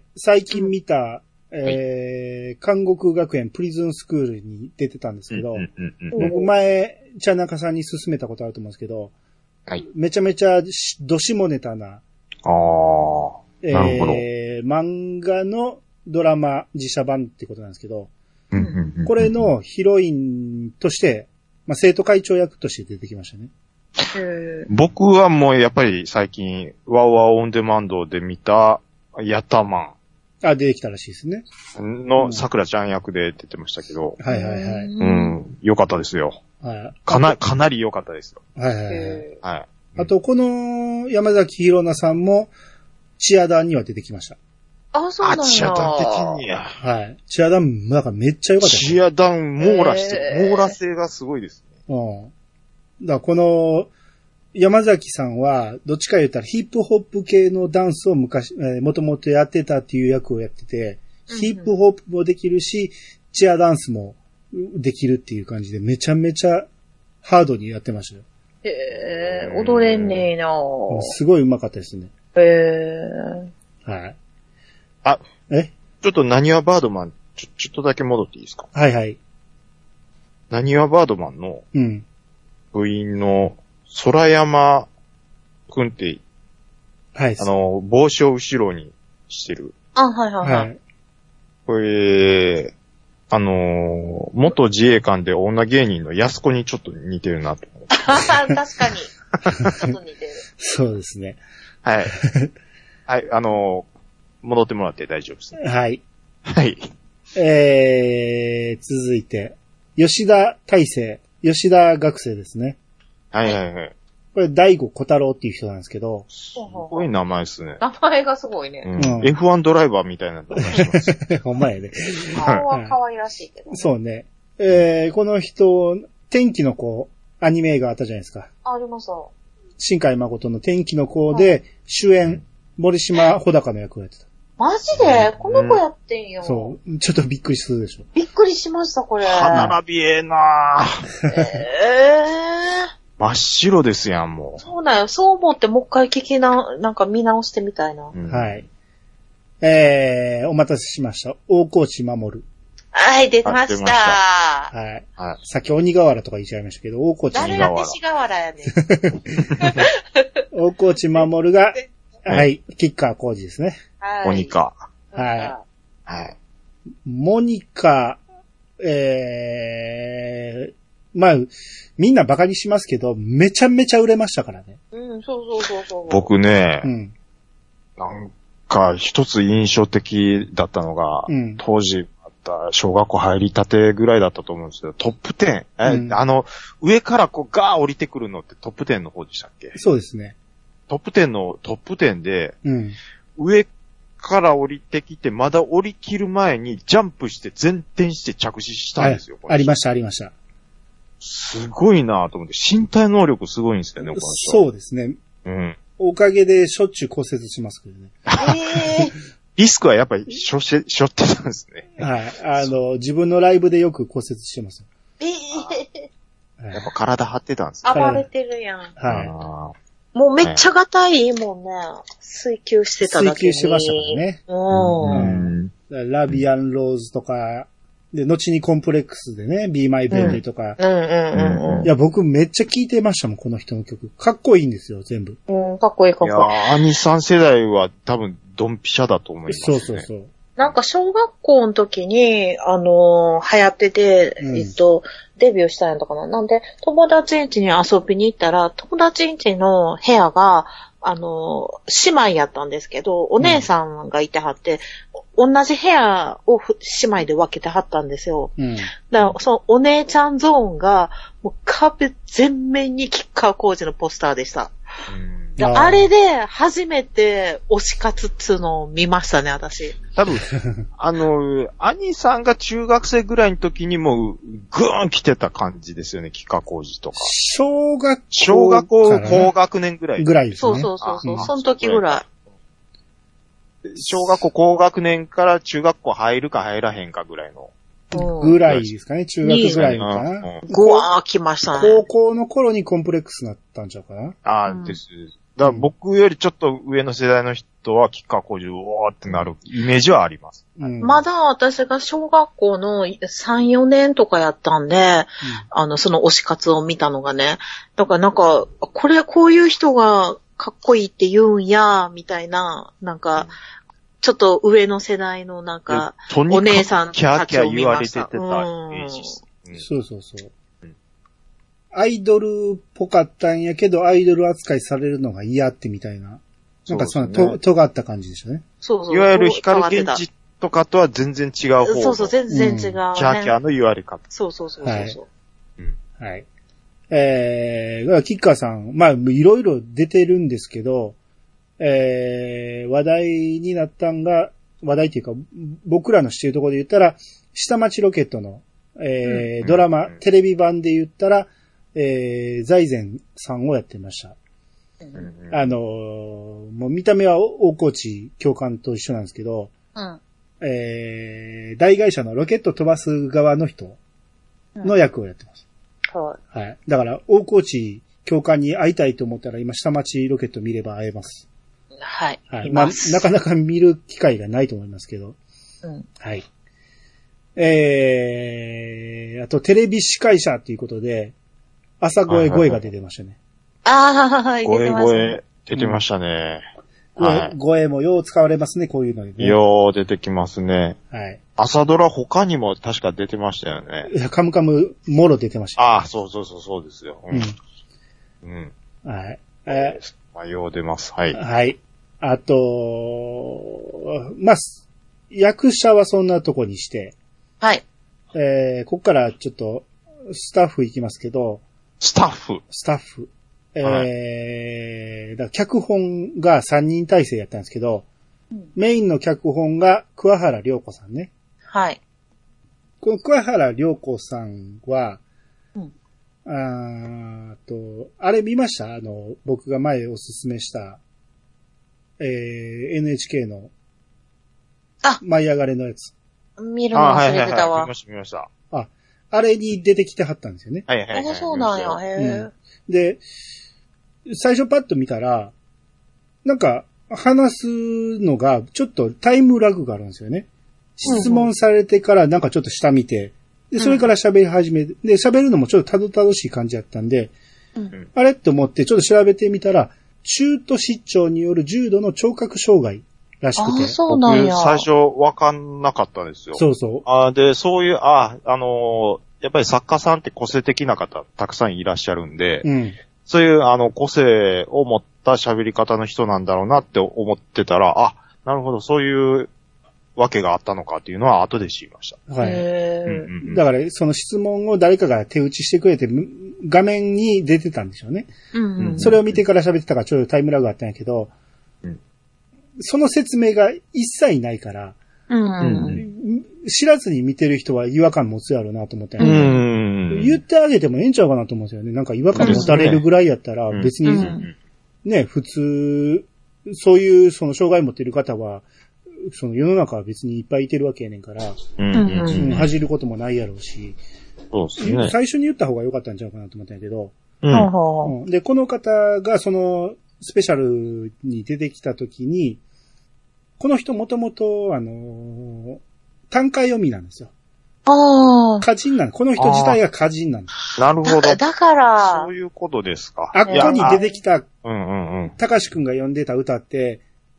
最近見た、うん、えー、韓国学園プリズンスクールに出てたんですけど、僕前、茶中さんに勧めたことあると思うんですけど、 はい、 めちゃめちゃどしもネタな、 あー、 えー、なるほど。漫画のドラマ実写版ってことなんですけど、これのヒロインとして、まあ、生徒会長役として出てきましたね。 僕はもうやっぱり最近、ワウワウオンデマンドで見た、ヤタマン。 あ、出てきたらしいですね。 の、桜ちゃん役で出てましたけど。 うん、はいはいはい。 うん。良かったですよ。 はい。 かな、かなり良かったですよ。 はいはいはい。 はい。 あと、この山崎ひろなさんも、チアダンには出てきました。 あ、そうなんだ。 あ、チアダン出てんねや。 はい。チアダン、なんかめっちゃ良かったです。 チアダン網羅して、網羅性がすごいですね。 うん。だからこの、山崎さんは、どっちか言ったらヒップホップ系のダンスを昔、えー、もともとやってたっていう役をやってて、うんうん、ヒップホップもできるし、チアダンスもできるっていう感じで、めちゃめちゃハードにやってましたよ。 へー、踊れんねえなぁ。 すごい上手かったですね。 へー。 はい。 あ、 えちょっと何はバードマン、ちょ、ちょっとだけ戻っていいですか？ はいはい。 何はバードマンの、 うん。 部員の、空山くんって、 はい。 あの、帽子を後ろにしてる。 あ、はいはいはい。 これ、あの、元自衛官で女芸人の安子にちょっと似てるなと思って。 確かに。ちょっと似てる。 そうですね。 はい。はい、あの、戻ってもらって大丈夫ですね。 はい。 はい。 えー、続いて、吉田大生、吉田学生ですね。 はいはいはい。 これ、大悟小太郎っていう人なんですけど。 すごい名前ですね。 名前がすごいね。 うんうん、エフワン ドライバーみたいな名前してます。 ほんまやね。 顔は可愛らしいけど、ね。 そうね。えー、この人、天気の子、アニメ映画あったじゃないですか。 あります。 新海誠の天気の子で、主演、森島穂高の役をやってた。 マジでこの子やってんよ、うん。 そう。ちょっとびっくりするでしょ。 びっくりしました、これ。 歯並びええなぁ。えー。真っ白ですやん、もう。 そうだよ。そう思ってもう一回聞きな、なんか見直してみたいな。 うん、はい。えー、お待たせしました。大河内守。 はい、出ました。 はい。はい。さっき鬼瓦とか言っちゃいましたけど、大河内守。誰が勅使河原やねん。 大河内守が、はい、キッカー工事ですね。 はい。 モニカ。 はい。 はい。 モニカ、えー、まあ、みんなバカにしますけど、めちゃめちゃ売れましたからね。 うん、そうそうそうそう。 僕ね、 うん、 なんか一つ印象的だったのが、 うん、 当時あった小学校入りたてぐらいだったと思うんですけど、トップテン、え、うん、あの、上からこうガー降りてくるのってトップテンの方でしたっけ？ そうですね。 トップテンのトップテンで、 うん、 上から降りてきて、まだ降り切る前にジャンプして前転して着地したんですよ。 ありました、ありました。 すごいなぁと思って、身体能力すごいんですよね、この人。 そうですね。 うん。 おかげでしょっちゅう骨折しますけどね。 えー、 リスクはやっぱりしょし、しょってたんですね。 はい。あの、自分のライブでよく骨折してますよ。 えー、やっぱ体張ってたんですね。暴れてるやん。 はい。 もうめっちゃガタイもんね。水球してただけに。 水球してましたからね。 うん。 うん、ラビアンローズとか、で、後にコンプレックスでね、Be My Baby とか。 うん、うん、うんうん。 いや、僕めっちゃ聴いてましたもん、この人の曲。かっこいいんですよ、全部。 うん、かっこいいかっこいい。 いやー、兄さん世代は多分ドンピシャだと思いますね。 そうそうそう。 なんか小学校の時に、あのー、流行ってて、うん、えっと、デビューしたんやったかな。なんで、友達ん家に遊びに行ったら、友達ん家の部屋が、あのー、姉妹やったんですけど、お姉さんがいてはって、うん、同じ部屋を姉妹で分けてはったんですよ。うん、だから、そのお姉ちゃんゾーンが、もう壁全面に吉川晃司のポスターでした。うんあ, あれで初めて推し活っつうのを見ましたね、私。 多分、あの、兄さんが中学生ぐらいの時にもう、ぐーん来てた感じですよね、吉川晃司とか。 小学校小学校高学年ぐらい。 ぐらいですね。 そうそうそうそう、その時ぐらい。小学校高学年から中学校入るか入らへんかぐらいの。 ぐらいですかね、中学ぐらいかな。 ごわー来ましたね。 高校の頃にコンプレックスになったんちゃうかな。 ああ、です。だから僕よりちょっと上の世代の人は吉川晃司うおーってなるイメージはあります。 うん、まだ私が小学校のさん、よねんとかやったんで、うん、あの、その推し活を見たのがね。だからなんか、これ、こういう人がかっこいいって言うんや、みたいな、なんか、ちょっと上の世代のなんか、お姉さんたちを見ました。 キャーキャー言われてたイメージです。 うん、そうそうそう。アイドルっぽかったんやけど、アイドル扱いされるのが嫌ってみたいな。なんかその、と、尖った感じでしたね。 そうそう。 いわゆる光源氏とかとは全然違う方。 そうそう、全然違う、ね。キャーキャーの言われ方。 そうそうそうそう。はい。 うん、はい。えー、キッカーさん、まあ、いろいろ出てるんですけど、えー、話題になったんが、話題っていうか、僕らの知ってるところで言ったら、下町ロケットの、えー、うん、ドラマ、うん、テレビ版で言ったら、えー、財前さんをやってました。うん、あのー、もう見た目は大河内教官と一緒なんですけど、うん、えー、大会社のロケット飛ばす側の人の役をやってます。うん、はい。はい。だから、大河内教官に会いたいと思ったら今、下町ロケット見れば会えます。 はい。 はい。まあ、なかなか見る機会がないと思いますけど。うん。はい。えー、あと、テレビ司会者っていうことで、朝声声が出てましたね。 ああ、はい、 声声出てましたね。 うん、はい、声もよう使われますね、こういうのにね。 よう出てきますね。 はい。 朝ドラ他にも確か出てましたよね。 いや、カムカムもろ出てました。 ああ、そうそうそうそうですよ。 うん。うん。はい。 えー、まあ、よう出ます。はい。 はい。あと、まあ、役者はそんなとこにして。 はい。 えー、ここからちょっと、スタッフいきますけど、 スタッフスタッフ。えー、はい、だから脚本がさんにん体制やったんですけど、うん、メインの脚本が桑原涼子さんね。 はい。 この桑原涼子さんは、うん、あーと、あれ見ました？あの、僕が前おすすめした、えー、エヌエイチケー の、 あ、 舞い上がれのやつ。 見るの忘れてたわ。 見ました、見ました。 あ、あれに出てきてはったんですよね。 はいはいはい。 あ、そうなんや、へー、うん。 で、最初パッと見たら、なんか、話すのが、ちょっとタイムラグがあるんですよね。質問されてからなんかちょっと下見て、で、それから喋り始めて、で、喋るのもちょっとたどたどしい感じだったんで、うん、あれって思ってちょっと調べてみたら、中途失調による重度の聴覚障害らしくて。 あ、そうなんや。 僕最初わかんなかったですよ。 そうそう。 あで、そういう、あ、あのー、やっぱり作家さんって個性的な方たくさんいらっしゃるんで、うん、そういうあの個性を持った喋り方の人なんだろうなって思ってたら、あ、なるほど、そういうわけがあったのかっていうのは後で知りました。 はい。だからその質問を誰かが手打ちしてくれて画面に出てたんでしょうね。うんうん、それを見てから喋ってたからちょっとタイムラグあったんやけど、うん、その説明が一切ないから、うんうん、知らずに見てる人は違和感持つやろうなと思ったんやけど、うん、言ってあげてもええんちゃうかなと思うんですよね。なんか違和感持たれるぐらいやったら別に、ね、普通、そういうその障害持ってる方は、その世の中は別にいっぱいいてるわけやねんから、うんうんうん、恥じることもないやろうし、 そうですね、 最初に言った方が良かったんちゃうかなと思ったんやけど、うんうん、で、この方がそのスペシャルに出てきたときに、この人もともと、あのー、短歌読みなんですよ。ああ。歌人なの。この人自体が歌人なの。 なるほど。 だから。 そういうことですか。 あっこに出てきた、 うんうんうん。 高志くんが読んでた歌って、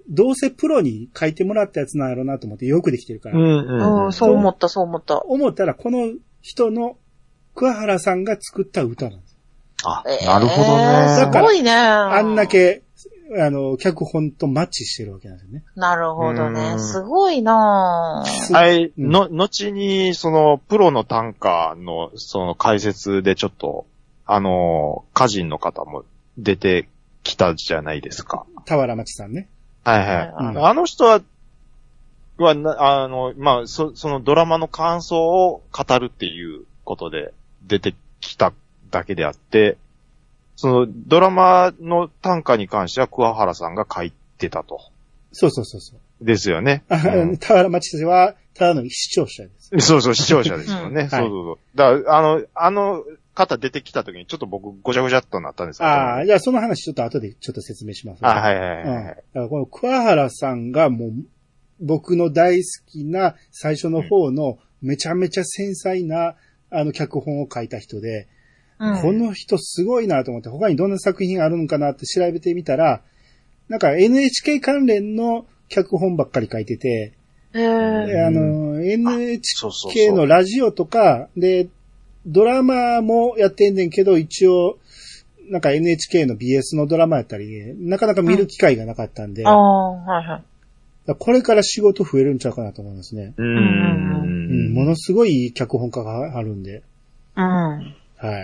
どうせプロに書いてもらったやつなんやろうなと思ってよくできてるから。 うんうんうん、そう思った、そう思った。 思ったら、この人の桑原さんが作った歌なんです。 あ、なるほどね。 すごいね。 あんだけ、あの、脚本とマッチしてるわけなんですよね。 なるほどね。すごいなぁ。 はい、の、後に、その、プロの短歌の、その解説でちょっと、あの、歌人の方も出てきたじゃないですか。 田原町さんね。 はいはい。うん、あの人は、はな、あの、まあ、そ、そのドラマの感想を語るっていうことで出てきただけであって、そのドラマの短歌に関しては桑原さんが書いてたと。 そうそうそうそう。 ですよね。 うん、田原町は、ただの視聴者です。 そうそう、視聴者ですよね。うん、そうそうそう。だから、あの、あの方出てきた時にちょっと僕ごちゃごちゃっとなったんですよ。 ああ、じゃあその話ちょっと後でちょっと説明します、ね。 あはいはいはい、はいうん。だからこの桑原さんがもう、僕の大好きな最初の方のめちゃめちゃ繊細な、あの脚本を書いた人で、うん、この人すごいなと思って他にどんな作品あるのかなって調べてみたら、なんか エヌエイチケー 関連の脚本ばっかり書いてて、 えー、 あの、エヌエイチケー のラジオとか、で、ドラマもやってんねんけど、一応、なんか エヌエイチケー の ビーエス のドラマやったり、なかなか見る機会がなかったんで、 うん、ああ、はいはい。 これから仕事増えるんちゃうかなと思いますね。 うん。うん、 ものすごい脚本家があるんで。 うん。 はい。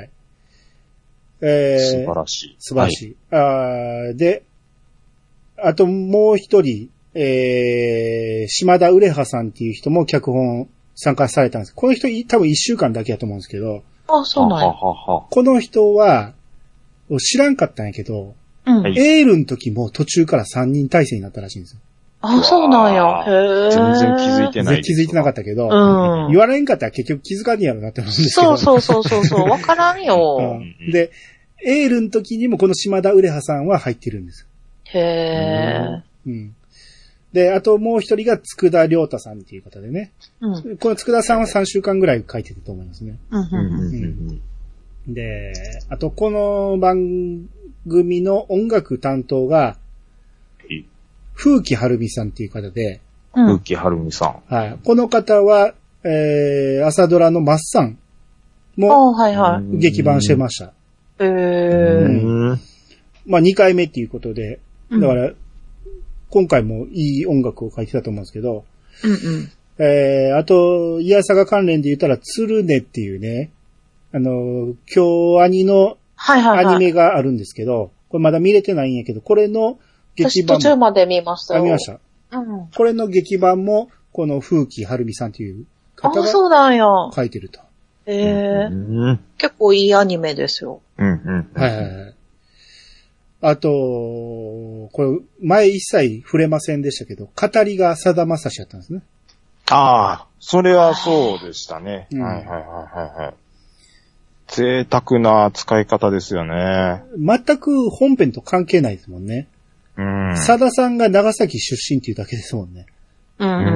えー、 素晴らしい。 素晴らしい。はい、あで、あともう一人、えー、島田ウレハさんっていう人も脚本参加されたんです。この人多分一週間だけやと思うんですけど。 あ、そうなんや。 この人は、知らんかったんやけど、 うん、 エールの時も途中からさんにん体制になったらしいんですよ。 あ、そうなんや。へ全然気づいてない。 気づいてなかったけど、 うん、 言われんかったら結局気づかねえやろなって思うんですけど。 そうそうそうそう、わからんよ、 うん。で、エールの時にもこの島田ウレハさんは入ってるんです。 へー。うん。で、あともう一人が佃良太さんっていう方でね。 うん、 この佃さんはさんしゅうかんぐらい書いてると思いますね。 うんうん、で、あとこの番組の音楽担当が、風木はるみさんっていう方で。 うん、風木はるみさん。はい。この方は、えー、朝ドラのマッサンも、 はいはい、 劇版してました。 へー。 うん、まあにかいめっていうことで、だから、うん、今回もいい音楽を書いてたと思うんですけど、 うんうん、 えー、あと、イヤサガ関連で言ったら、つるねっていうね、あの、京アニのアニメがあるんですけど、はいはいはい、これまだ見れてないんやけど、これの劇版。 私途中まで見ましたよ。 あ、見ました。 うん。 これの劇版も、この風木はるみさんという方が書いてると。 へえー。結構いいアニメですよ。 うんうん。 はいはいはい。あと、これ、前一切触れませんでしたけど、語りがさだまさしやったんですね。 ああ、それはそうでしたね。うん、はいはいはいはいはい。贅沢な使い方ですよね。 全く本編と関係ないですもんね。 うん。 さださんが長崎出身っていうだけですもんね。 うんうんうん。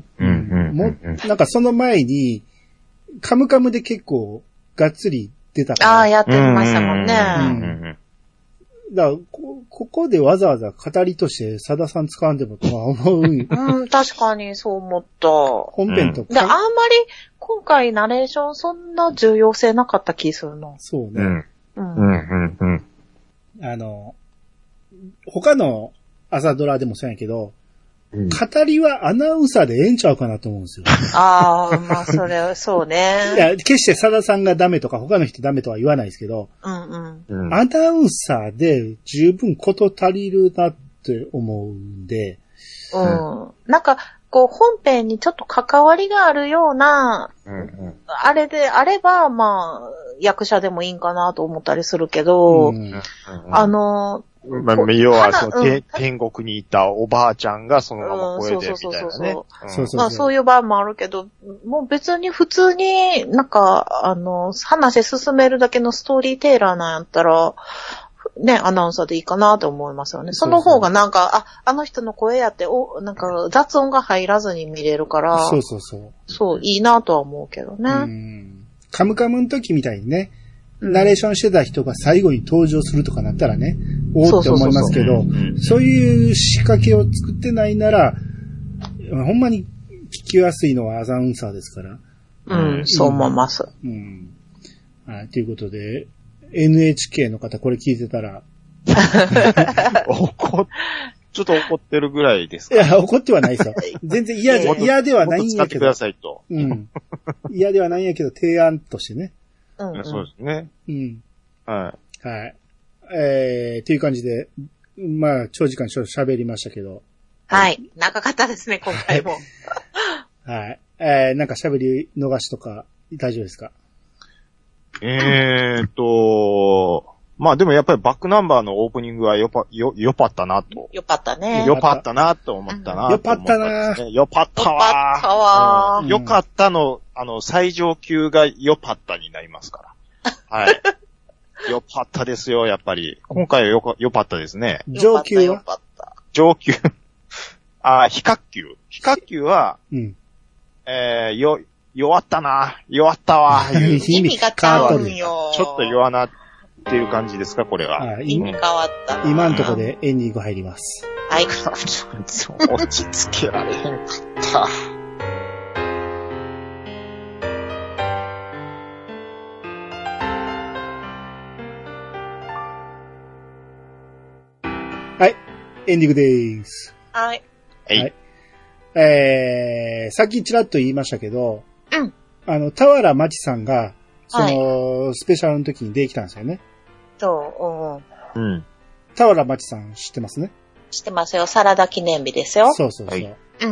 うんうん。 もう、なんかその前に、カムカムで結構、がっつり出たから。 ああ、やってましたもんね。うんうんうんだからこ、ここでわざわざ語りとしてさださん使わんでもとは思う。うん、 確かにそう思った。 本編とか、 うん。で、あんまり今回ナレーションそんな重要性なかった気するの。 そうね。 うん。うん、うん、うん。 あの、他の朝ドラでもそうやけど、 うん、 語りはアナウンサーでええんちゃうかなと思うんですよ。 ああ、まあそれ、そうね。 いや、決してさださんがダメとか他の人ダメとは言わないですけど、 うんうん、 アナウンサーで十分こと足りるなって思うんで、 うん。うん、なんか、こう本編にちょっと関わりがあるような、 うんうん、 あれであれば、まあ、役者でもいいんかなと思ったりするけど、うんうんうん、あの、 まあ、要はその、うん、天国にいたおばあちゃんがそのまま声でみたいなね。 まあそういう場合もあるけど、もう別に普通になんか、あの、話進めるだけのストーリーテーラーなんやったら、ね、アナウンサーでいいかなと思いますよね。その方がなんか、あ、あの人の声やって、お、なんか雑音が入らずに見れるから、 そうそうそう。 そう、いいなとは思うけどね。 うん。カムカムの時みたいにね、ナレーションしてた人が最後に登場するとかなったらね、 おーって思いますけど、そういう仕掛けを作ってないなら、ほんまに聞きやすいのはアナウンサーですから。 うん、そう思います。 うん。はい、ということで、エヌエイチケー の方これ聞いてたら、 怒っ、ちょっと怒ってるぐらいですか？ いや、怒ってはないですよ。全然嫌じゃ、嫌ではないんやけど。 使ってくださいと。 うん。嫌ではないんやけど、提案としてね。 うん、うん。 そうですね。 うん。 はい。 はい。えー、っていう感じで、まあ、長時間ちょっと喋りましたけど。 はい。長かったですね、今回も。 はい。えー、なんか喋り逃しとか、大丈夫ですか？ えーっと、まあでもやっぱりバックナンバーのオープニングはよぱ、よ、よぱったなと。 よかったね。 よかったなと思ったなと思った、ね。 よかったなよかったわ。 よかったわ、 うん。よかったの、あの、最上級がよかったになりますから。はい。よかったですよ、やっぱり。今回はよか、よかったですね。 上級はよかった。 上級。あ、非角級。非角級は、 うん。 えー、よ、弱ったな。弱ったわ。 意味がちゃうんよ。 ちょっと弱なっていう感じですか、これは。 意味変わったな。 今のところでエンディング入ります。 はい。 落ち着けられへんかった。 はい。エンディングでーす。 はい。 はい。 えー、さっきちらっと言いましたけど、 うん。 あの、田原町さんが、その、はい、スペシャルの時にできたんですよね。 そう、 うん。うん。 田原町さん知ってますね？ 知ってますよ。サラダ記念日ですよ。 そうそうそう。はい、 うん。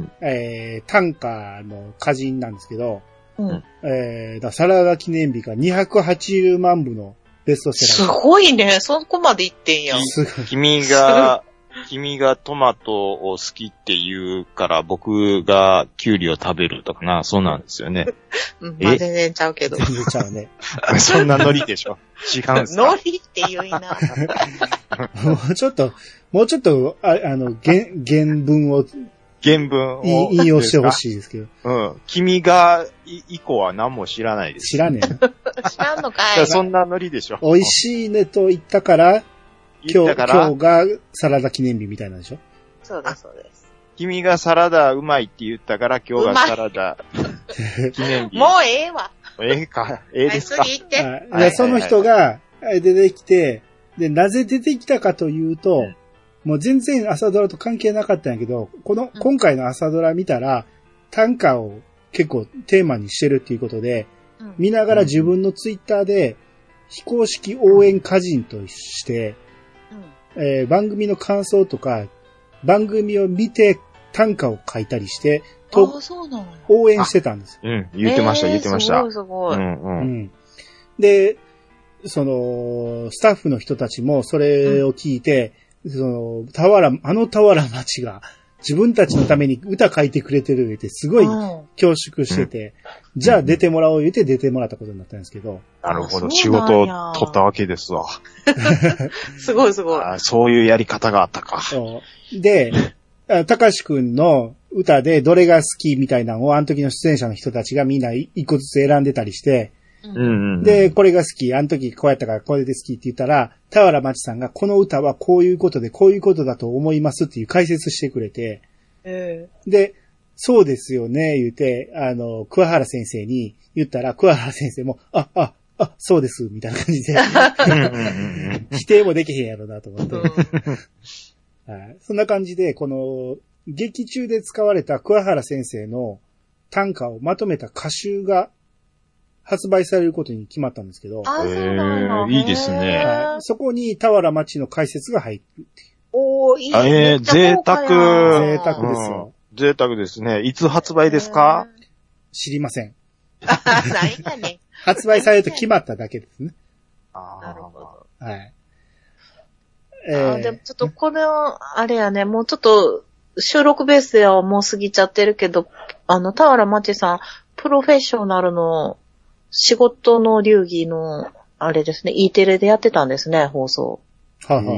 えー、短歌の歌人なんですけど、 うん。 えー、だサラダ記念日がにひゃくはちじゅうまんぶのベストセラー。すごいね。そこまでいってんやん。 君が、君がトマトを好きって言うから僕がキュウリを食べるとかな、そうなんですよね。 うん、まあ、全然ちゃうけど。 全然ちゃうね。 そんなノリでしょ。違うんすか？ ノリって言うな。 もうちょっと、もうちょっと、あ, あの、原、原文を、 原文を。 引用してほしいですけど。 うん。君が、以降は何も知らないです。 知らねえ。 知らんのかい。 そんなノリでしょ。 美味しいねと言ったから、今日、今日がサラダ記念日みたいなんでしょ？ そうです、そうです。 君がサラダうまいって言ったから今日がサラダ記念日。 もうええわ。 ええか、ええですか。 はい、次行って。 はいはい、その人が出てきて、で、なぜ出てきたかというと、うん、もう全然朝ドラと関係なかったんやけど、この、うん、今回の朝ドラ見たら、短歌を結構テーマにしてるっていうことで、うん、見ながら自分のツイッターで、非公式応援歌人として、うんえー、番組の感想とか、番組を見て短歌を書いたりして、と応援してたんです。 うん、言ってました、言ってました。 すごいすごい。 うんうんうん、で、その、スタッフの人たちもそれを聞いて、うん、その、田原、あの田原町が自分たちのために歌書いてくれてるってすごい恐縮してて、うん、じゃあ出てもらおう言って出てもらったことになったんですけど。 なるほど、仕事を取ったわけですわ。 すごいすごいあ。そういうやり方があったか。 そうで、たかしくんの歌でどれが好きみたいなのをあの時の出演者の人たちがみんな一個ずつ選んでたりして、 うんうん、 で、これが好き、あの時こうやったからこれで好きって言ったら、田原町さんがこの歌はこういうことでこういうことだと思いますっていう解説してくれて、 えー、 で、そうですよね、言うて、あの、桑原先生に言ったら、桑原先生も、あ、あ、あ、そうです、みたいな感じで、否定もできへんやろなと思って。はい、そんな感じで、この、劇中で使われた桑原先生の短歌をまとめた歌集が発売されることに決まったんですけど。 あ、そうなんだ。 いいですね、 はい。そこに田原町の解説が入るっていう。 おー、いいね。 えー、贅沢。 贅沢ですよ、 うん。贅沢ですね。いつ発売ですか？ 知りません。 あ、何やねん。 発売されると決まっただけですね。 ああ、なるほど。 はい。 えー、あでもちょっとこれは、あれやね、もうちょっと収録ベースではもう過ぎちゃってるけど、あの、田原町さん、プロフェッショナルの仕事の流儀の、あれですね、E テレでやってたんですね、放送。 ははは。 うん、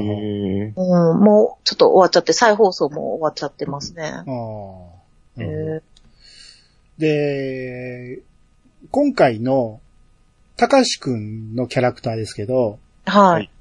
もうちょっと終わっちゃって、再放送も終わっちゃってますね。あえー、で、今回の、たかしくんのキャラクターですけど、 はい。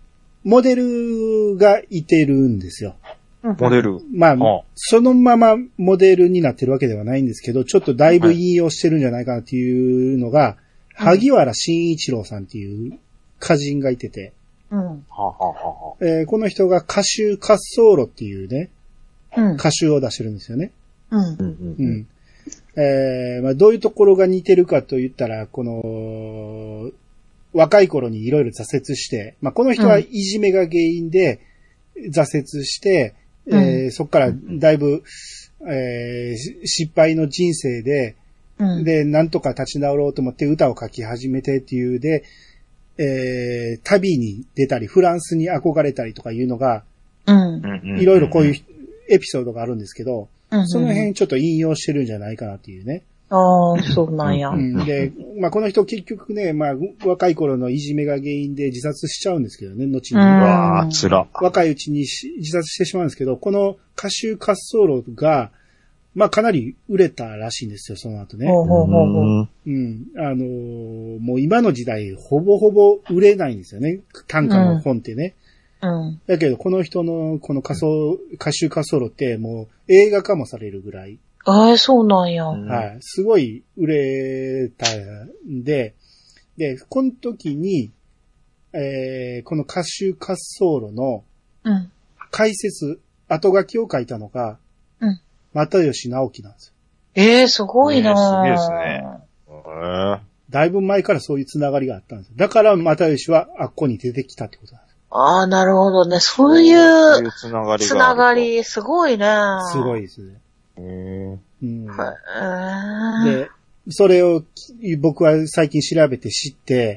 モデルがいてるんですよ。 モデル。 まあ、ああそのままモデルになってるわけではないんですけど、ちょっとだいぶ引用してるんじゃないかなっていうのが、はい、萩原慎一郎さんっていう歌人がいてて、うんはあはあはあえー、この人が歌集滑走路っていうね、うん、歌集を出してるんですよね。うんうんえーまあ、どういうところが似てるかと言ったら、この、若い頃にいろいろ挫折して、まあ、この人はいじめが原因で挫折して、うんえー、そこからだいぶ、えー、失敗の人生で、うん、で、なんとか立ち直ろうと思って歌を書き始めてっていうで、えー、旅に出たり、フランスに憧れたりとかいうのが、うん、いろいろこういうエピソードがあるんですけど、うん、その辺ちょっと引用してるんじゃないかなっていうね。 ああ、そうなんや。 うん、で、まあこの人結局ね、まあ若い頃のいじめが原因で自殺しちゃうんですけどね、後に。うわー、つら。 若いうちに自殺してしまうんですけど、この歌集滑走路が、まあかなり売れたらしいんですよ、その後ね。ほうほうほうほう。うん。あのー、もう今の時代ほぼほぼ売れないんですよね、短歌の本ってね。うん。だけどこの人のこの歌奏、歌集滑走路ってもう映画化もされるぐらい。 ああ、そうなんや。 はい。すごい売れたんで、で、この時に、えー、この歌集滑走路の解説、後書きを書いたのが、うん。又吉直樹なんですよ。 ええー、すごいなぁ、えー。すげえですね。えー、だいぶ前からそういうつながりがあったんですよ。だから又吉はあっこに出てきたってことなんです。 ああ、なるほどね。そういう、そういうつながりが。つながり、すごいね。 すごいですね。 へーうん、 で、それを僕は最近調べて知って、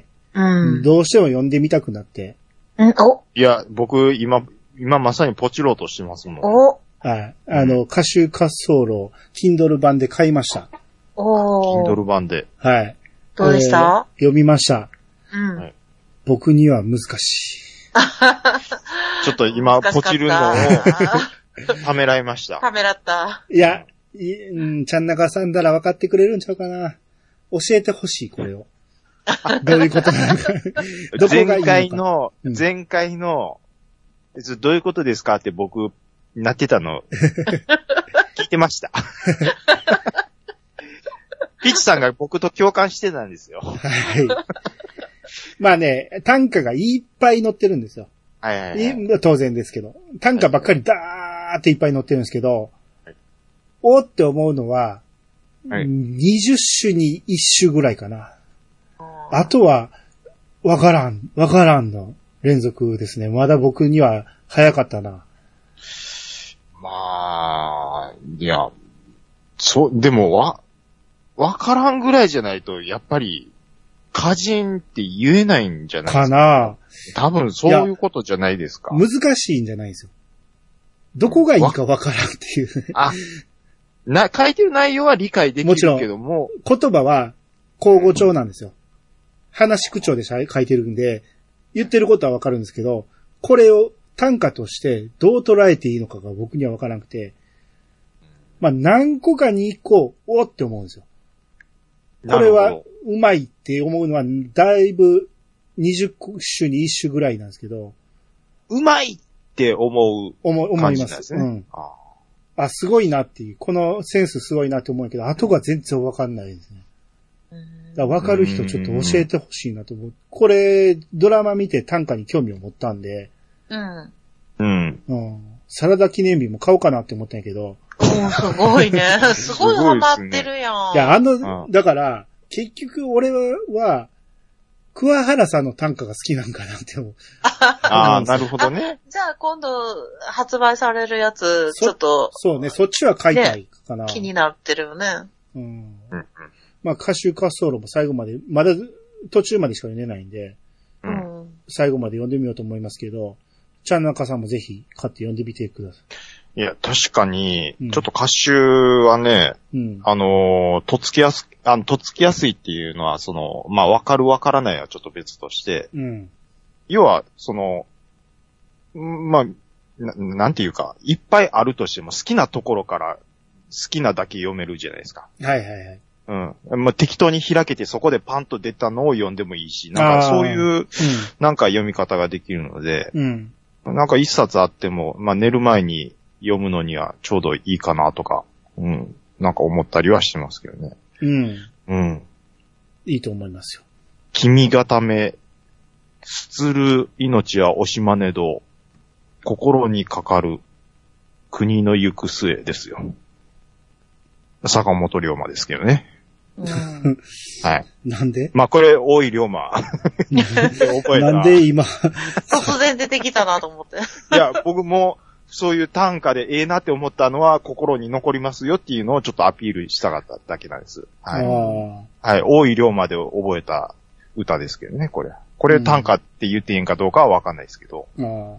うん、どうしても読んでみたくなって。 うん、おいや、僕、今、今まさにポチろうとしてますもん。 おはい。あの、歌集滑走路、Kindle 版で買いました。 お Kindle 版で。 はい。 どうでした、 えー、読みました。うん。僕には難しい。 ちょっと今、ポチるのを、ためらいました。 ためらった。 いや、いうん、ちゃんなかさんだら分かってくれるんちゃうかな。教えてほしい、これを。どういうことなのか。 どこがいいのか。前回の、うん、前回の、どういうことですかって僕、なってたの、聞いてました。ピッチさんが僕と共感してたんですよ。はい。 まあね、短歌がいっぱい載ってるんですよ。はいはいはい、当然ですけど。短歌ばっかりダーっていっぱい載ってるんですけど、はい、おって思うのは、はい、にじゅっ種にいっ種ぐらいかな。あとは、わからん、わからんの連続ですね。まだ僕には早かったな。 まあ、いや、そう、でもわ、わからんぐらいじゃないと、やっぱり、歌人って言えないんじゃないですか。かな多分そういうことじゃないですか。 難しいんじゃないんですよ。どこがいいかわからんっていう。 あ、な、書いてる内容は理解できるけども。もちろん、言葉は口語調なんですよ。話し口調で書いてるんで、言ってることはわかるんですけど、これを短歌としてどう捉えていいのかが僕にはわからなくて、まあ何個かにいっこ、おって思うんですよ。これはうまいって思うのはだいぶにじゅっ種にいっ種ぐらいなんですけど。 うまいって思う感じなんですね。 思います。うん。あ, あ、すごいなっていう。このセンスすごいなって思うけど、後が全然わかんないですね。だわかる人ちょっと教えてほしいなと思う。これ、ドラマ見て短歌に興味を持ったんで。うん。うん。うん。サラダ記念日も買おうかなって思ったんやけど。 おー、すごいね。すごいハマってるやん。 いや、あの、だから、結局俺は、桑原さんの短歌が好きなんかなって思う。 ああ、なるほどね。 じゃあ今度発売されるやつ、ちょっと。 そうね、そっちは買いたいかな。 ね、気になってるよね。うん。 うん、まあ歌集滑走路も最後まで、まだ途中までしか読んでないんで、うん、最後まで読んでみようと思いますけど、ちゃんなかさんもぜひ買って読んでみてください。 いや、確かに、ちょっと歌集はね、うん、あの、とっつきやす、あの、とっつきやすいっていうのは、その、まあ、わかるわからないはちょっと別として、うん、要は、その、まあな、なんていうか、いっぱいあるとしても好きなところから好きなだけ読めるじゃないですか。 はいはいはい。 うん。まあ、適当に開けてそこでパンと出たのを読んでもいいし、なんかそういう、うん、なんか読み方ができるので、うん、なんか一冊あっても、まあ、寝る前に読むのにはちょうどいいかなとか、うん。なんか思ったりはしてますけどね。 うん。 うん。 いいと思いますよ。 君がため、すつる命は惜しまねど、心にかかる国の行く末ですよ。坂本龍馬ですけどね。 うん、 はい。 なんでまあこれ、大井龍馬。 なんで今。 突然出てきたなと思って。 いや、僕もそういう短歌でええなって思ったのは心に残りますよっていうのをちょっとアピールしたかっただけなんです。はい。はい。大井龍馬で覚えた歌ですけどね、これ。これ短歌って言っていいんかどうかはわかんないですけど。 うん、 はい。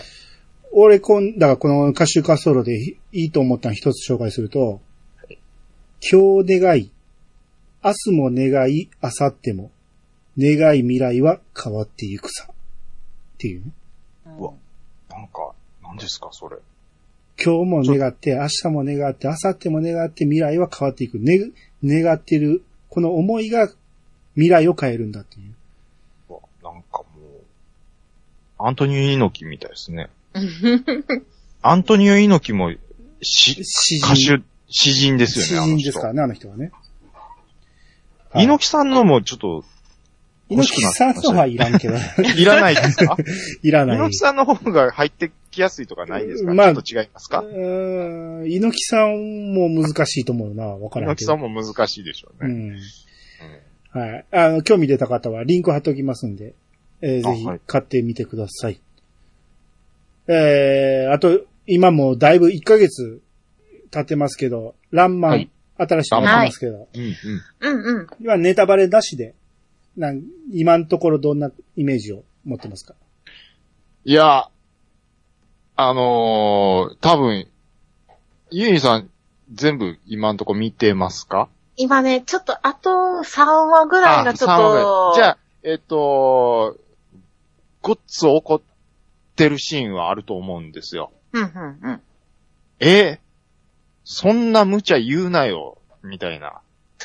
俺、こん、だからこの歌集歌ソロでいいと思ったの一つ紹介すると、はい、今日願い、明日も願い、明後日も、願い未来は変わっていくさ。っていうね。 うわ、なんか、何ですか、それ。 今日も願って、明日も願って、明後日も願って未来は変わっていく。ね、願ってる、この思いが未来を変えるんだっていう。 うわ、なんかもう、アントニオ猪木みたいですね。アントニオ猪木も、し、歌手、詩人ですよね。 詩人ですからね、あの人はね。 はい、猪木さんのもちょっと、 猪木さんのはいらんけど。 いらないですかいらない。 猪木さんの方が入ってきやすいとかないですか、まあ、ちょっと違いますかうーん猪木さんも難しいと思うな。わからない。 猪木さんも難しいでしょうね。 うんうん、はい。あの、興味出た方はリンク貼っておきますんで、えー、ぜひ買ってみてください。えー、あと、今もだいぶいっかげつ経ってますけど、ランマン、はい、新しくなってますけど、はい、 うんうん。 今ネタバレなしで、なん今のところどんなイメージを持ってますか？ いや、あのー、多分、ユニさん全部今のところ見てますか？ 今ね、ちょっとあとさんわぐらいがちょっと。 じゃあ、えっと、ごっつ怒ってるシーンはあると思うんですよ。 うんうんうん。 え、そんな無茶言うなよ、みたいな。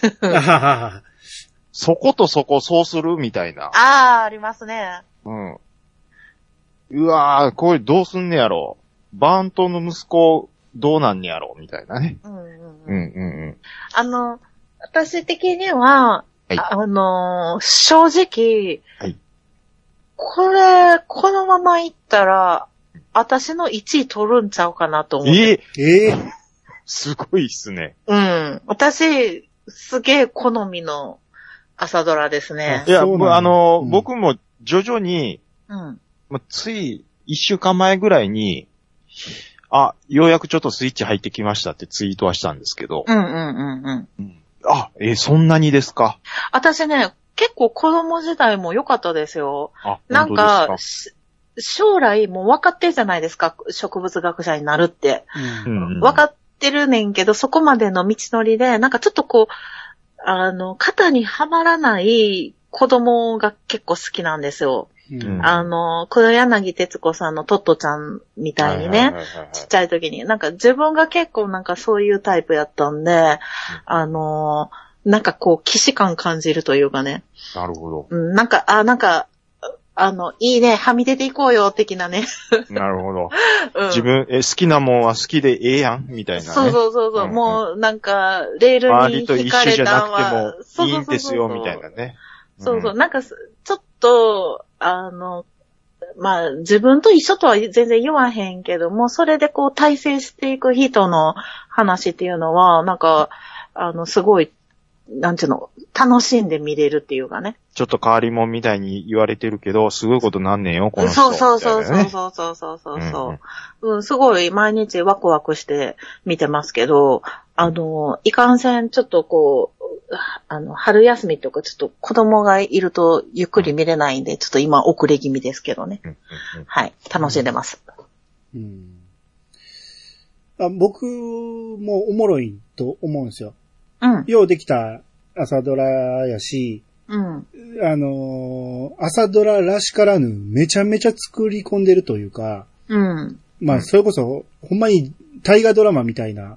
そことそこそうするみたいな。 ああ、ありますね。 うん。うわー、これどうすんねやろ。バーントの息子どうなんねやろ、みたいなね。 うんうんうん。 うんうんうん。 あの、私的には、はい、あの、正直、 はい、 これ、このままいったら、私のいちい取るんちゃうかなと思って。 えー、えー、すごいっすね。 うん。私、すげえ好みの朝ドラですね。 いや、あの、うん、僕も徐々に、 うん。 つい一週間前ぐらいに、あ、ようやくちょっとスイッチ入ってきましたってツイートはしたんですけど。 うんうんうんうん。 うん、あ、えー、そんなにですか？ 私ね、結構子供時代も良かったですよ。 あ、 なんか、将来もう分かってるじゃないですか、植物学者になるって。 うん、 分かってるねんけど、そこまでの道のりで、なんかちょっとこう、あの、型にはまらない子供が結構好きなんですよ。うん、あの、黒柳徹子さんのトットちゃんみたいにね、ちっちゃい時に。なんか自分が結構なんかそういうタイプやったんで、うん、あの、なんかこう、既視感感じるというかね。 なるほど。 うん、なんか、あ、なんか、あの、いいね、はみ出ていこうよ、的なね。 なるほど。うん、自分、え、好きなもんは好きでええやんみたいなね。 そうそうそうそう、うんうん、もう、なんか、レールに引かれたのは、 周りと一緒じゃなくてもいいんですよ、みたいなね。 そうそう、なんか、ちょっと、あの、まあ、自分と一緒とは全然言わへんけども、それでこう、大成していく人の話っていうのは、なんか、あの、すごい、なんちゅうの、楽しんで見れるっていうかね。 ちょっと変わり者みたいに言われてるけど、すごいことなんねんよ、この人。 そうそうそうそうそうそうそうそう、うんうん、うん。すごい毎日ワクワクして見てますけど、あの、いかんせんちょっとこう、あの、春休みとかちょっと子供がいるとゆっくり見れないんで、うん、ちょっと今遅れ気味ですけどね。うんうんうん、はい、楽しんでます。 うん、あ僕もおもろいと思うんですよ。 うん。 ようできた朝ドラやし、 うん。 あのー、朝ドラらしからぬめちゃめちゃ作り込んでるというか、 うん。 まあ、それこそ、ほんまに大河ドラマみたいな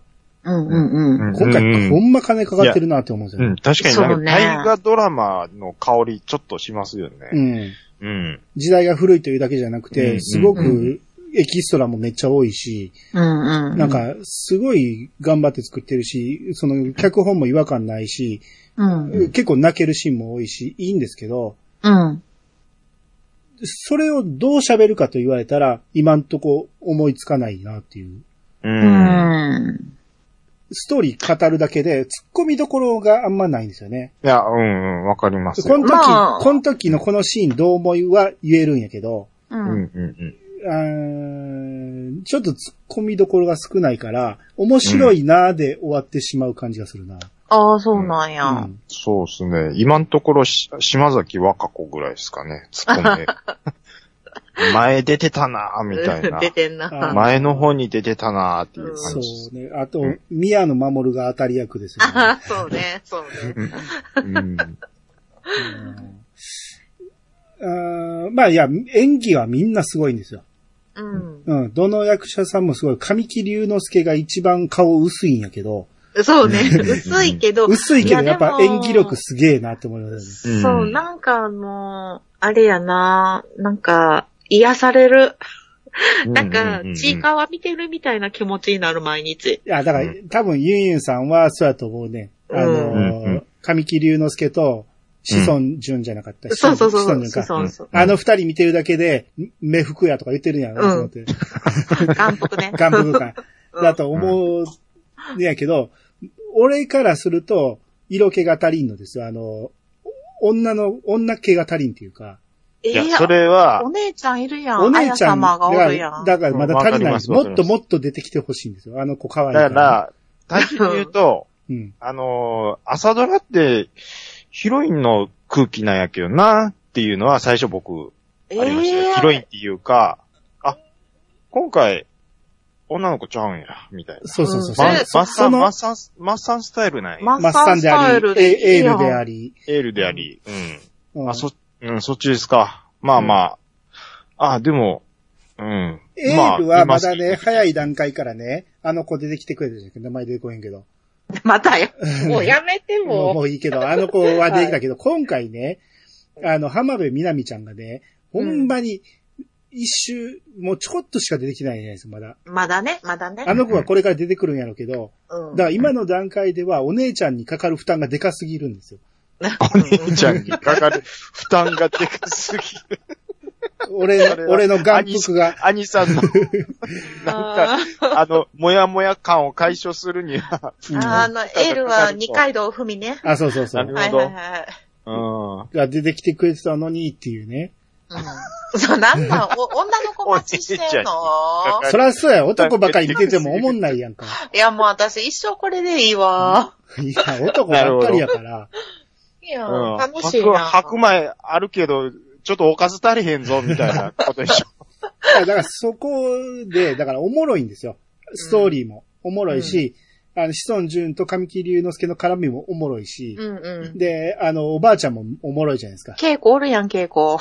うんうんうん。 今回、ほんま金かかってるなって思うんですよね。 うん、確かになんか、大河ドラマの香りちょっとしますよね。 うん。 うん。 時代が古いというだけじゃなくて、すごくエキストラもめっちゃ多いし、 うんうん、 なんか、すごい頑張って作ってるし、その、脚本も違和感ないし、うん、結構泣けるシーンも多いし、いいんですけど、 うん。 それをどう喋るかと言われたら、今んとこ思いつかないなっていう。 うん。 ストーリー語るだけで、突っ込みどころがあんまないんですよね。 いや、うんうん、わかりますよ。 この時、まあ、この時のこのシーンどう思いは言えるんやけど、 うんうんうんあちょっと突っ込みどころが少ないから、面白いなーで終わってしまう感じがするな。うん、 ああ、そうなんや。うん、 そうですね。今のところし、島崎和歌子ぐらいですかね。突っ込んで。前出てたなーみたいな。 出てんな。 前の方に出てたなーっていう感じ。 そうね。あと、うん、宮野真守が当たり役ですよね。 あそうね、そうね。うんうんあまあいや、演技はみんなすごいんですよ。 うん。 うん。どの役者さんもすごい。神木隆之介が一番顔薄いんやけど。 そうね。薄いけど。 薄いけど、やっぱ演技力すげえなって思いますね。そう、なんかあのー、あれやな、なんか、癒される。なんか、ちいかわ見てるみたいな気持ちになる毎日。 いや、だから、多分ユンユンさんはそうやと思うね。あのー、うん、神木隆之介と、子孫順じゃなかった。 うん、そうそうそう。 子孫順か。そうそうあの二人見てるだけで、目服やとか言ってるんやろ、と思って。 眼福ね。 眼福か。だと思うんやけど、俺からすると、色気が足りんのですよ。あの、女の、女気が足りんっていうか。 いや、それは、 お姉ちゃんいるやん。 お姉ちゃんがおるやん。 だからまだ足りない。もっともっと出てきてほしいんですよ。あの子可愛いから。 だから、単純に言うと、 うん、 あのー、朝ドラって、ヒロインの空気なんやけどなっていうのは最初僕、ありましたよ。えー、ヒロインっていうか、あ、今回、女の子ちゃうんや、みたいな。 そうそうそう。 マッサン、マッサン、マッサンスタイルなんや。 マッサンであり、エールであり。 エールであり、うん。うん、あ、そ、うん、そっちですか。まあまあ。うん、あ、でも、うん。 エールはまだね、早い段階からね、あの子出てきてくれるじゃんけど、名前出てこへんけど。 またよ。もうやめても。 もういいけど、あの子は出てきたけど、はい、今回ね、あの、浜辺美波ちゃんがね、ほんまに、一周、もうちょこっとしか出てきてないじゃないですか、まだ。 まだね、まだね。 あの子はこれから出てくるんやろうけど、うん、だから今の段階ではお姉ちゃんにかかる負担がでかすぎるんですよ。 お姉ちゃんにかかる負担がでかすぎる。 俺、俺の眼福が。 兄さんの、なんか、あの、もやもや感を解消するには。 うん、あの、エールは二階堂ふみね。 あ、そうそうそう。 なるほど。 はいはいはい。 うん。 が出てきてくれてたのにっていうね。 うん。そう、なんなん、お女の子待ちしてんのそらそうや、男ばかり見てても思んないやんか。 いや、もう私一生これでいいわ。 いや、男ばっかりやから。 いや、うん、楽しいな。 白米あるけど、ちょっとおかず足りへんぞ、みたいなことでしょ。 だからそこで、だからおもろいんですよ。ストーリーもおもろいし、うん、あの、子孫淳と神木隆之介の絡みもおもろいし、 うんうん、 で、あの、おばあちゃんもおもろいじゃないですか。 稽古おるやん、稽古。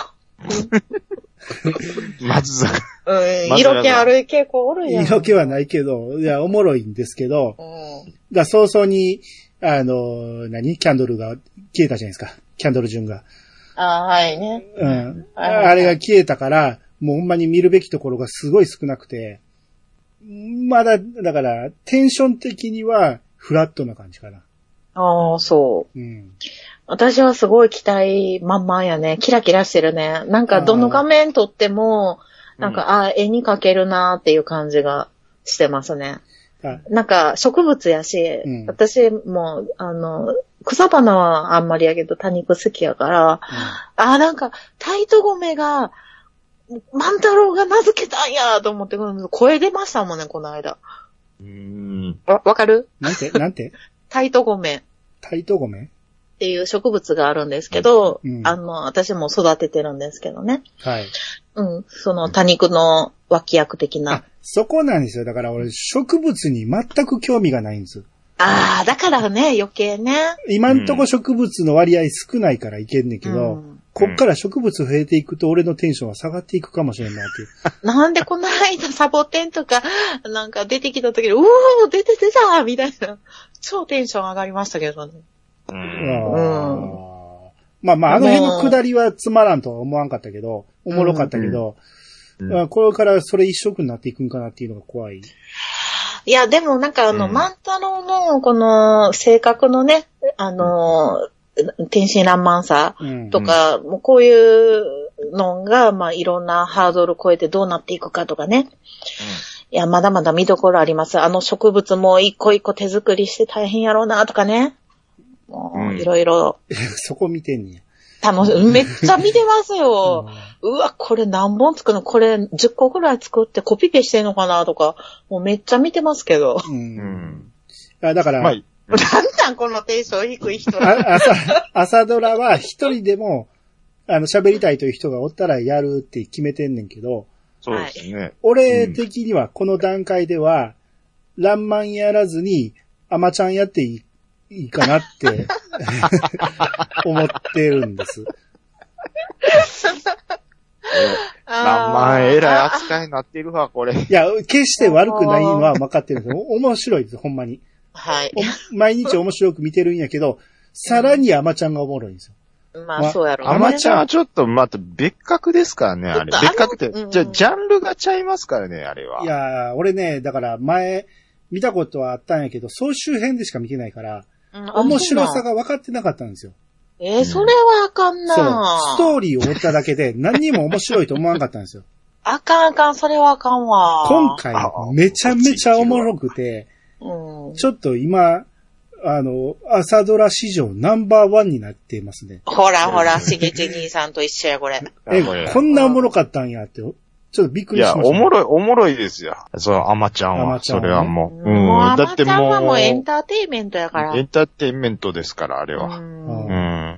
まず、 うん、色気ある稽古おるやん。 色気はないけど、いや、おもろいんですけど、 うん、 だ早々に、あの、何キャンドルが消えたじゃないですか。キャンドル順が。 ああ、はいね。 うん。あれが消えたから、もうほんまに見るべきところがすごい少なくて、まだ、だから、テンション的にはフラットな感じかな。 ああ、そう。 うん。 私はすごい期待満々やね。キラキラしてるね。なんかどの画面撮っても、なんか、ああ、絵に描けるなーっていう感じがしてますね。なんか植物やし、うん、私も、あの、草花はあんまりやけど多肉好きやから、うん、あ、なんか、タイトゴメが、万太郎が名付けたんやと思って、声出ましたもんね、この間。 うーん。 わ、わかる？ なんてなんてタイトゴメ。 タイトゴメっていう植物があるんですけど、うん、あの、私も育ててるんですけどね。 はい。 うん、その多肉の脇役的な。 あ、そこなんですよ。だから俺、植物に全く興味がないんです。 ああ、だからね、余計ね。 今んとこ植物の割合少ないからいけんねんけど、うん、 こっから植物増えていくと俺のテンションは下がっていくかもしれんなっていう。 なんでこの間サボテンとか、なんか出てきた時に、うおー出て出たみたいな、超テンション上がりましたけどね。 うん。うんまあまあ、あの辺の下りはつまらんとは思わんかったけど、おもろかったけど、うんうん、これからそれ一色になっていくんかなっていうのが怖い。 いや、でもなんかあの、うん、万太郎のこの性格のね、あの、うん、天真爛漫さとか、うんうん、もうこういうのが、まあいろんなハードル超えてどうなっていくかとかね。うん、いや、まだまだ見どころあります。あの植物も一個一個手作りして大変やろうなとかね。もう、いろいろ。 そこ見てんねや。楽しい。めっちゃ見てますよ。うん、うわ、これ何本作るのこれじゅっこぐらい作ってコピペしてんのかなとか、もうめっちゃ見てますけど。うん。 あだから、まあ、 なんなんこのテンション低い人あ朝、朝ドラは一人でも、あの、喋りたいという人がおったらやるって決めてんねんけど、 そうですね。 俺的にはこの段階では、ランマンやらずに、アマちゃんやっていいいいかなって思ってるんです。 何万円えらい扱いになっているわ、これ。いや、決して悪くないのは分かってるんですよ。面白いです、ほんまに。 はい。 毎日面白く見てるんやけど、さらにアマちゃんがおもろいんですよ。まあ、まあ、そうやろうね。アマちゃんはちょっとまた別格ですからね、あれ。別格って、うん、じゃジャンルがちゃいますからね、あれは。 いや俺ね、だから前、見たことはあったんやけど、総集編でしか見てないから、うん、面白さが分かってなかったんですよ。 えー、それはあかんな、 そう。ストーリーを追っただけで何にも面白いと思わなかったんですよ。 あかんあかん、それはあかんわ。 今回、めちゃめちゃおもろくて、うん、ちょっと今、あの、朝ドラ史上ナンバーワンになってますね。 ほらほら、しげち兄さんと一緒や、これ。 え、こんなおもろかったんやって、ちょっとびっくりしました、ね。 いや、おもろい、おもろいですよ。その、アマちゃんは。アマちゃんはね、それはもう。うん。 もうだってもう。アマちゃんはもうエンターテイメントやから。 エンターテイメントですから、あれは。うん。うん。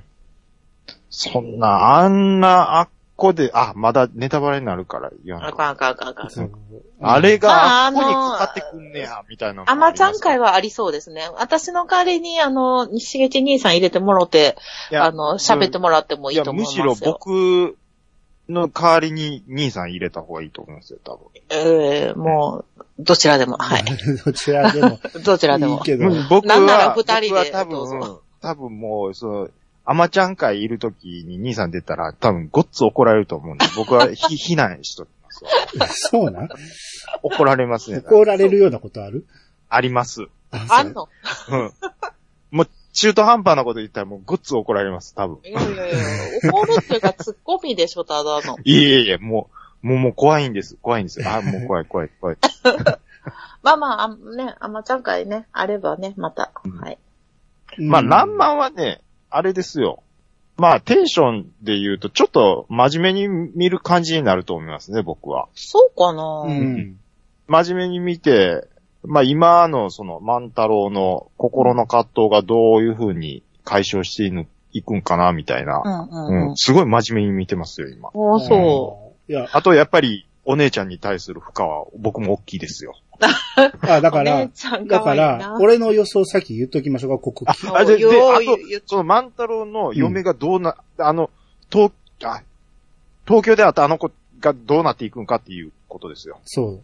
そんな、あんな、あっこで、あ、まだネタバレになるから言わない。 あかんあかんあかんあかん。 あれが、あっこにかかってくんねや、みたいな。 アマちゃん会はありそうですね。私の代わりに、あの、西げち兄さん入れてもろて、あの、喋ってもらってもいいと思いますよ。いや、むしろ僕の代わりに兄さん入れた方がいいと思うんですよ、多分。 ええー、もう、どちらでも、はい。 どちらでも。 どちらでも。 いいけど。 僕は、 なんなら二人で多分、多分もう、そう、アマちゃん会いるときに兄さん出たら多分ごっつ怒られると思うんで、僕はひ、避難しときますわ。 そうなん怒られますね。 怒られるようなことあるあります。 あんのうん。もう中途半端なこと言ったらもうごっつ怒られます、多分。 いやいやいや、怒るっていうかツッコミでしょ、ただの。 いえいえ、もう、もう、もう怖いんです。怖いんです。あ、もう怖い怖い怖い。 まあまあ、あね、アマちゃん会ね、あればね、また。うん、はい。 まあ、ランマンはね、あれですよ。まあ、テンションで言うと、ちょっと真面目に見る感じになると思いますね、僕は。 そうかな、 うん、 真面目に見て、まあ今のその万太郎の心の葛藤がどういう風に解消していくんかな、みたいな、うんうんうんうん。すごい真面目に見てますよ、今。 ああ、そう。 いや、あとやっぱり、お姉ちゃんに対する負荷は僕も大きいですよ。 あ、だから、だから、俺の予想先言っときましょうか、ここ。 あ、で、で、あと、その万太郎の嫁がどうな、うん、あの、東、あ、東京であったあの子がどうなっていくんかっていうことですよ。 そう。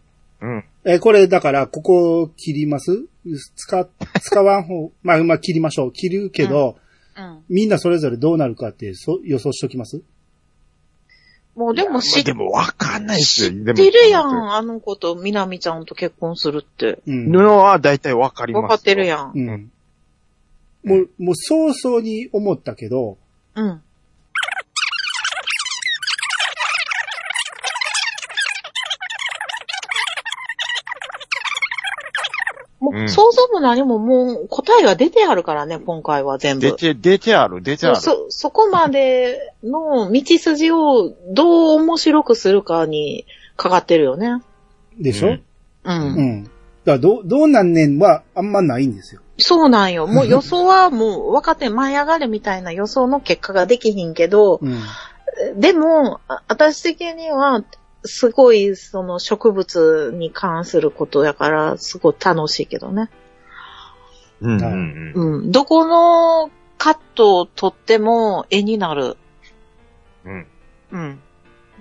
うん。 え、これ、だから、ここ切ります使、使わん方、まあ、まあ、切りましょう。切るけど、うんうん、みんなそれぞれどうなるかって、そ、予想しときますもうでも知っ、 でもわかんないっすよ。 知ってるやん、あの子とみなみちゃんと結婚するって。 うん。のは大体わかります。 わかってるやん。 うん。もう、もう早々に思ったけど、 うん。もう、うん、想像も何ももう答えが出てあるからね、今回は全部。 出て、出てある、出てある。 そ、そこまでの道筋をどう面白くするかにかかってるよね。 でしょ？うん。 うん。 うん。だからどう、どうなんねんはあんまないんですよ。 そうなんよ。もう予想はもう分かって舞い上がるみたいな予想の結果ができひんけど、うん、でも、私的には、すごい、その植物に関することやから、すごい楽しいけどね。 うん、うん、 うん。どこのカットを撮っても絵になる。 うん。 うん。 うん。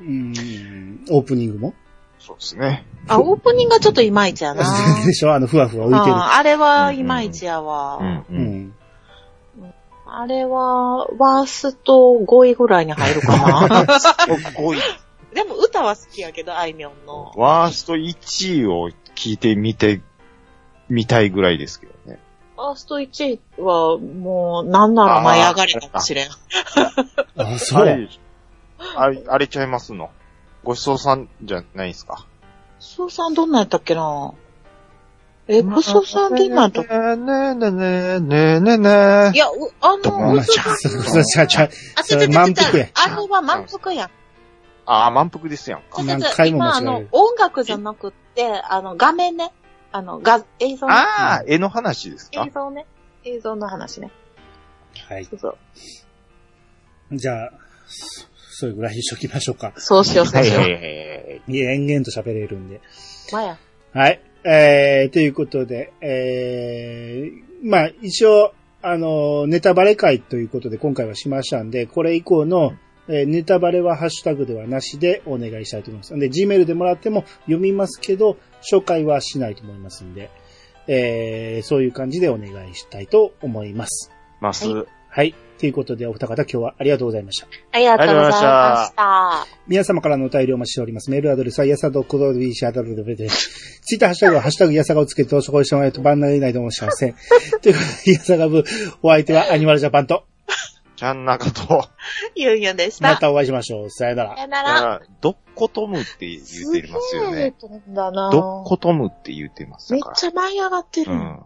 オープニングもそうですね。 あ、オープニングがちょっといまいちやな。 でしょあの、ふわふわ浮いてる。 あ, あれはいまいちやわ。 うんうん。 あれは、ワーストごいぐらいに入るかな。 ごい。 でも歌は好きやけど、あいみょんの。 ワーストいちいを聞いてみて、みたいぐらいですけどね。 ワーストいちいは、もう、なんなら舞い上がれかもしれん。 あ、そう。 あれ、あれちゃいますの。ごちそうさんじゃないですか。 ごちそうさんどんなんやったっけなえ、ごちそうさんって今やったっけねえねえねえねえねえねえ。いや、あの、ごちそうさん。あ、ちゃちゃ、満腹や。あれは満腹やん。 ああ、満腹ですやんか。 何回も今、あの、音楽じゃなくって、あの、画面ね。あの、画、映像ね。 ああ、絵の話ですか？ 映像ね。映像の話ね。 はい。 そうそう。 じゃあ、それぐらいにしときましょうか。 そうしよう、そうしよう。 いや、延々と喋れるんで。 まや。 はい。えー、ということで、えー、まあ、一応、あの、ネタバレ会ということで今回はしましたんで、これ以降の、えー、ネタバレはハッシュタグではなしでお願いしたいと思います。で、Gmail でもらっても読みますけど、紹介はしないと思いますんで、えー、そういう感じでお願いしたいと思います。 ます。はい。 はい。ということで、お二方今日はありがとうございました。 ありがとうございました。 皆様からのお便りをお待ちしております。メールアドレスは、やさどこどびしあだるでで。ツイッターハッシュタグは、ハッシュタグやさがをつけて、そこにしてもらえると番内ないと思いません。ということで、やさが部、お相手はアニマルジャパンと、 ちゃんなかと、 ゆうゆうでした。 またお会いしましょう。さよなら。 さよなら。 どっことむって言ってますよね。 すげえ飛んだな。 どっことむって言ってますめっちゃ舞い上がってる。 うん。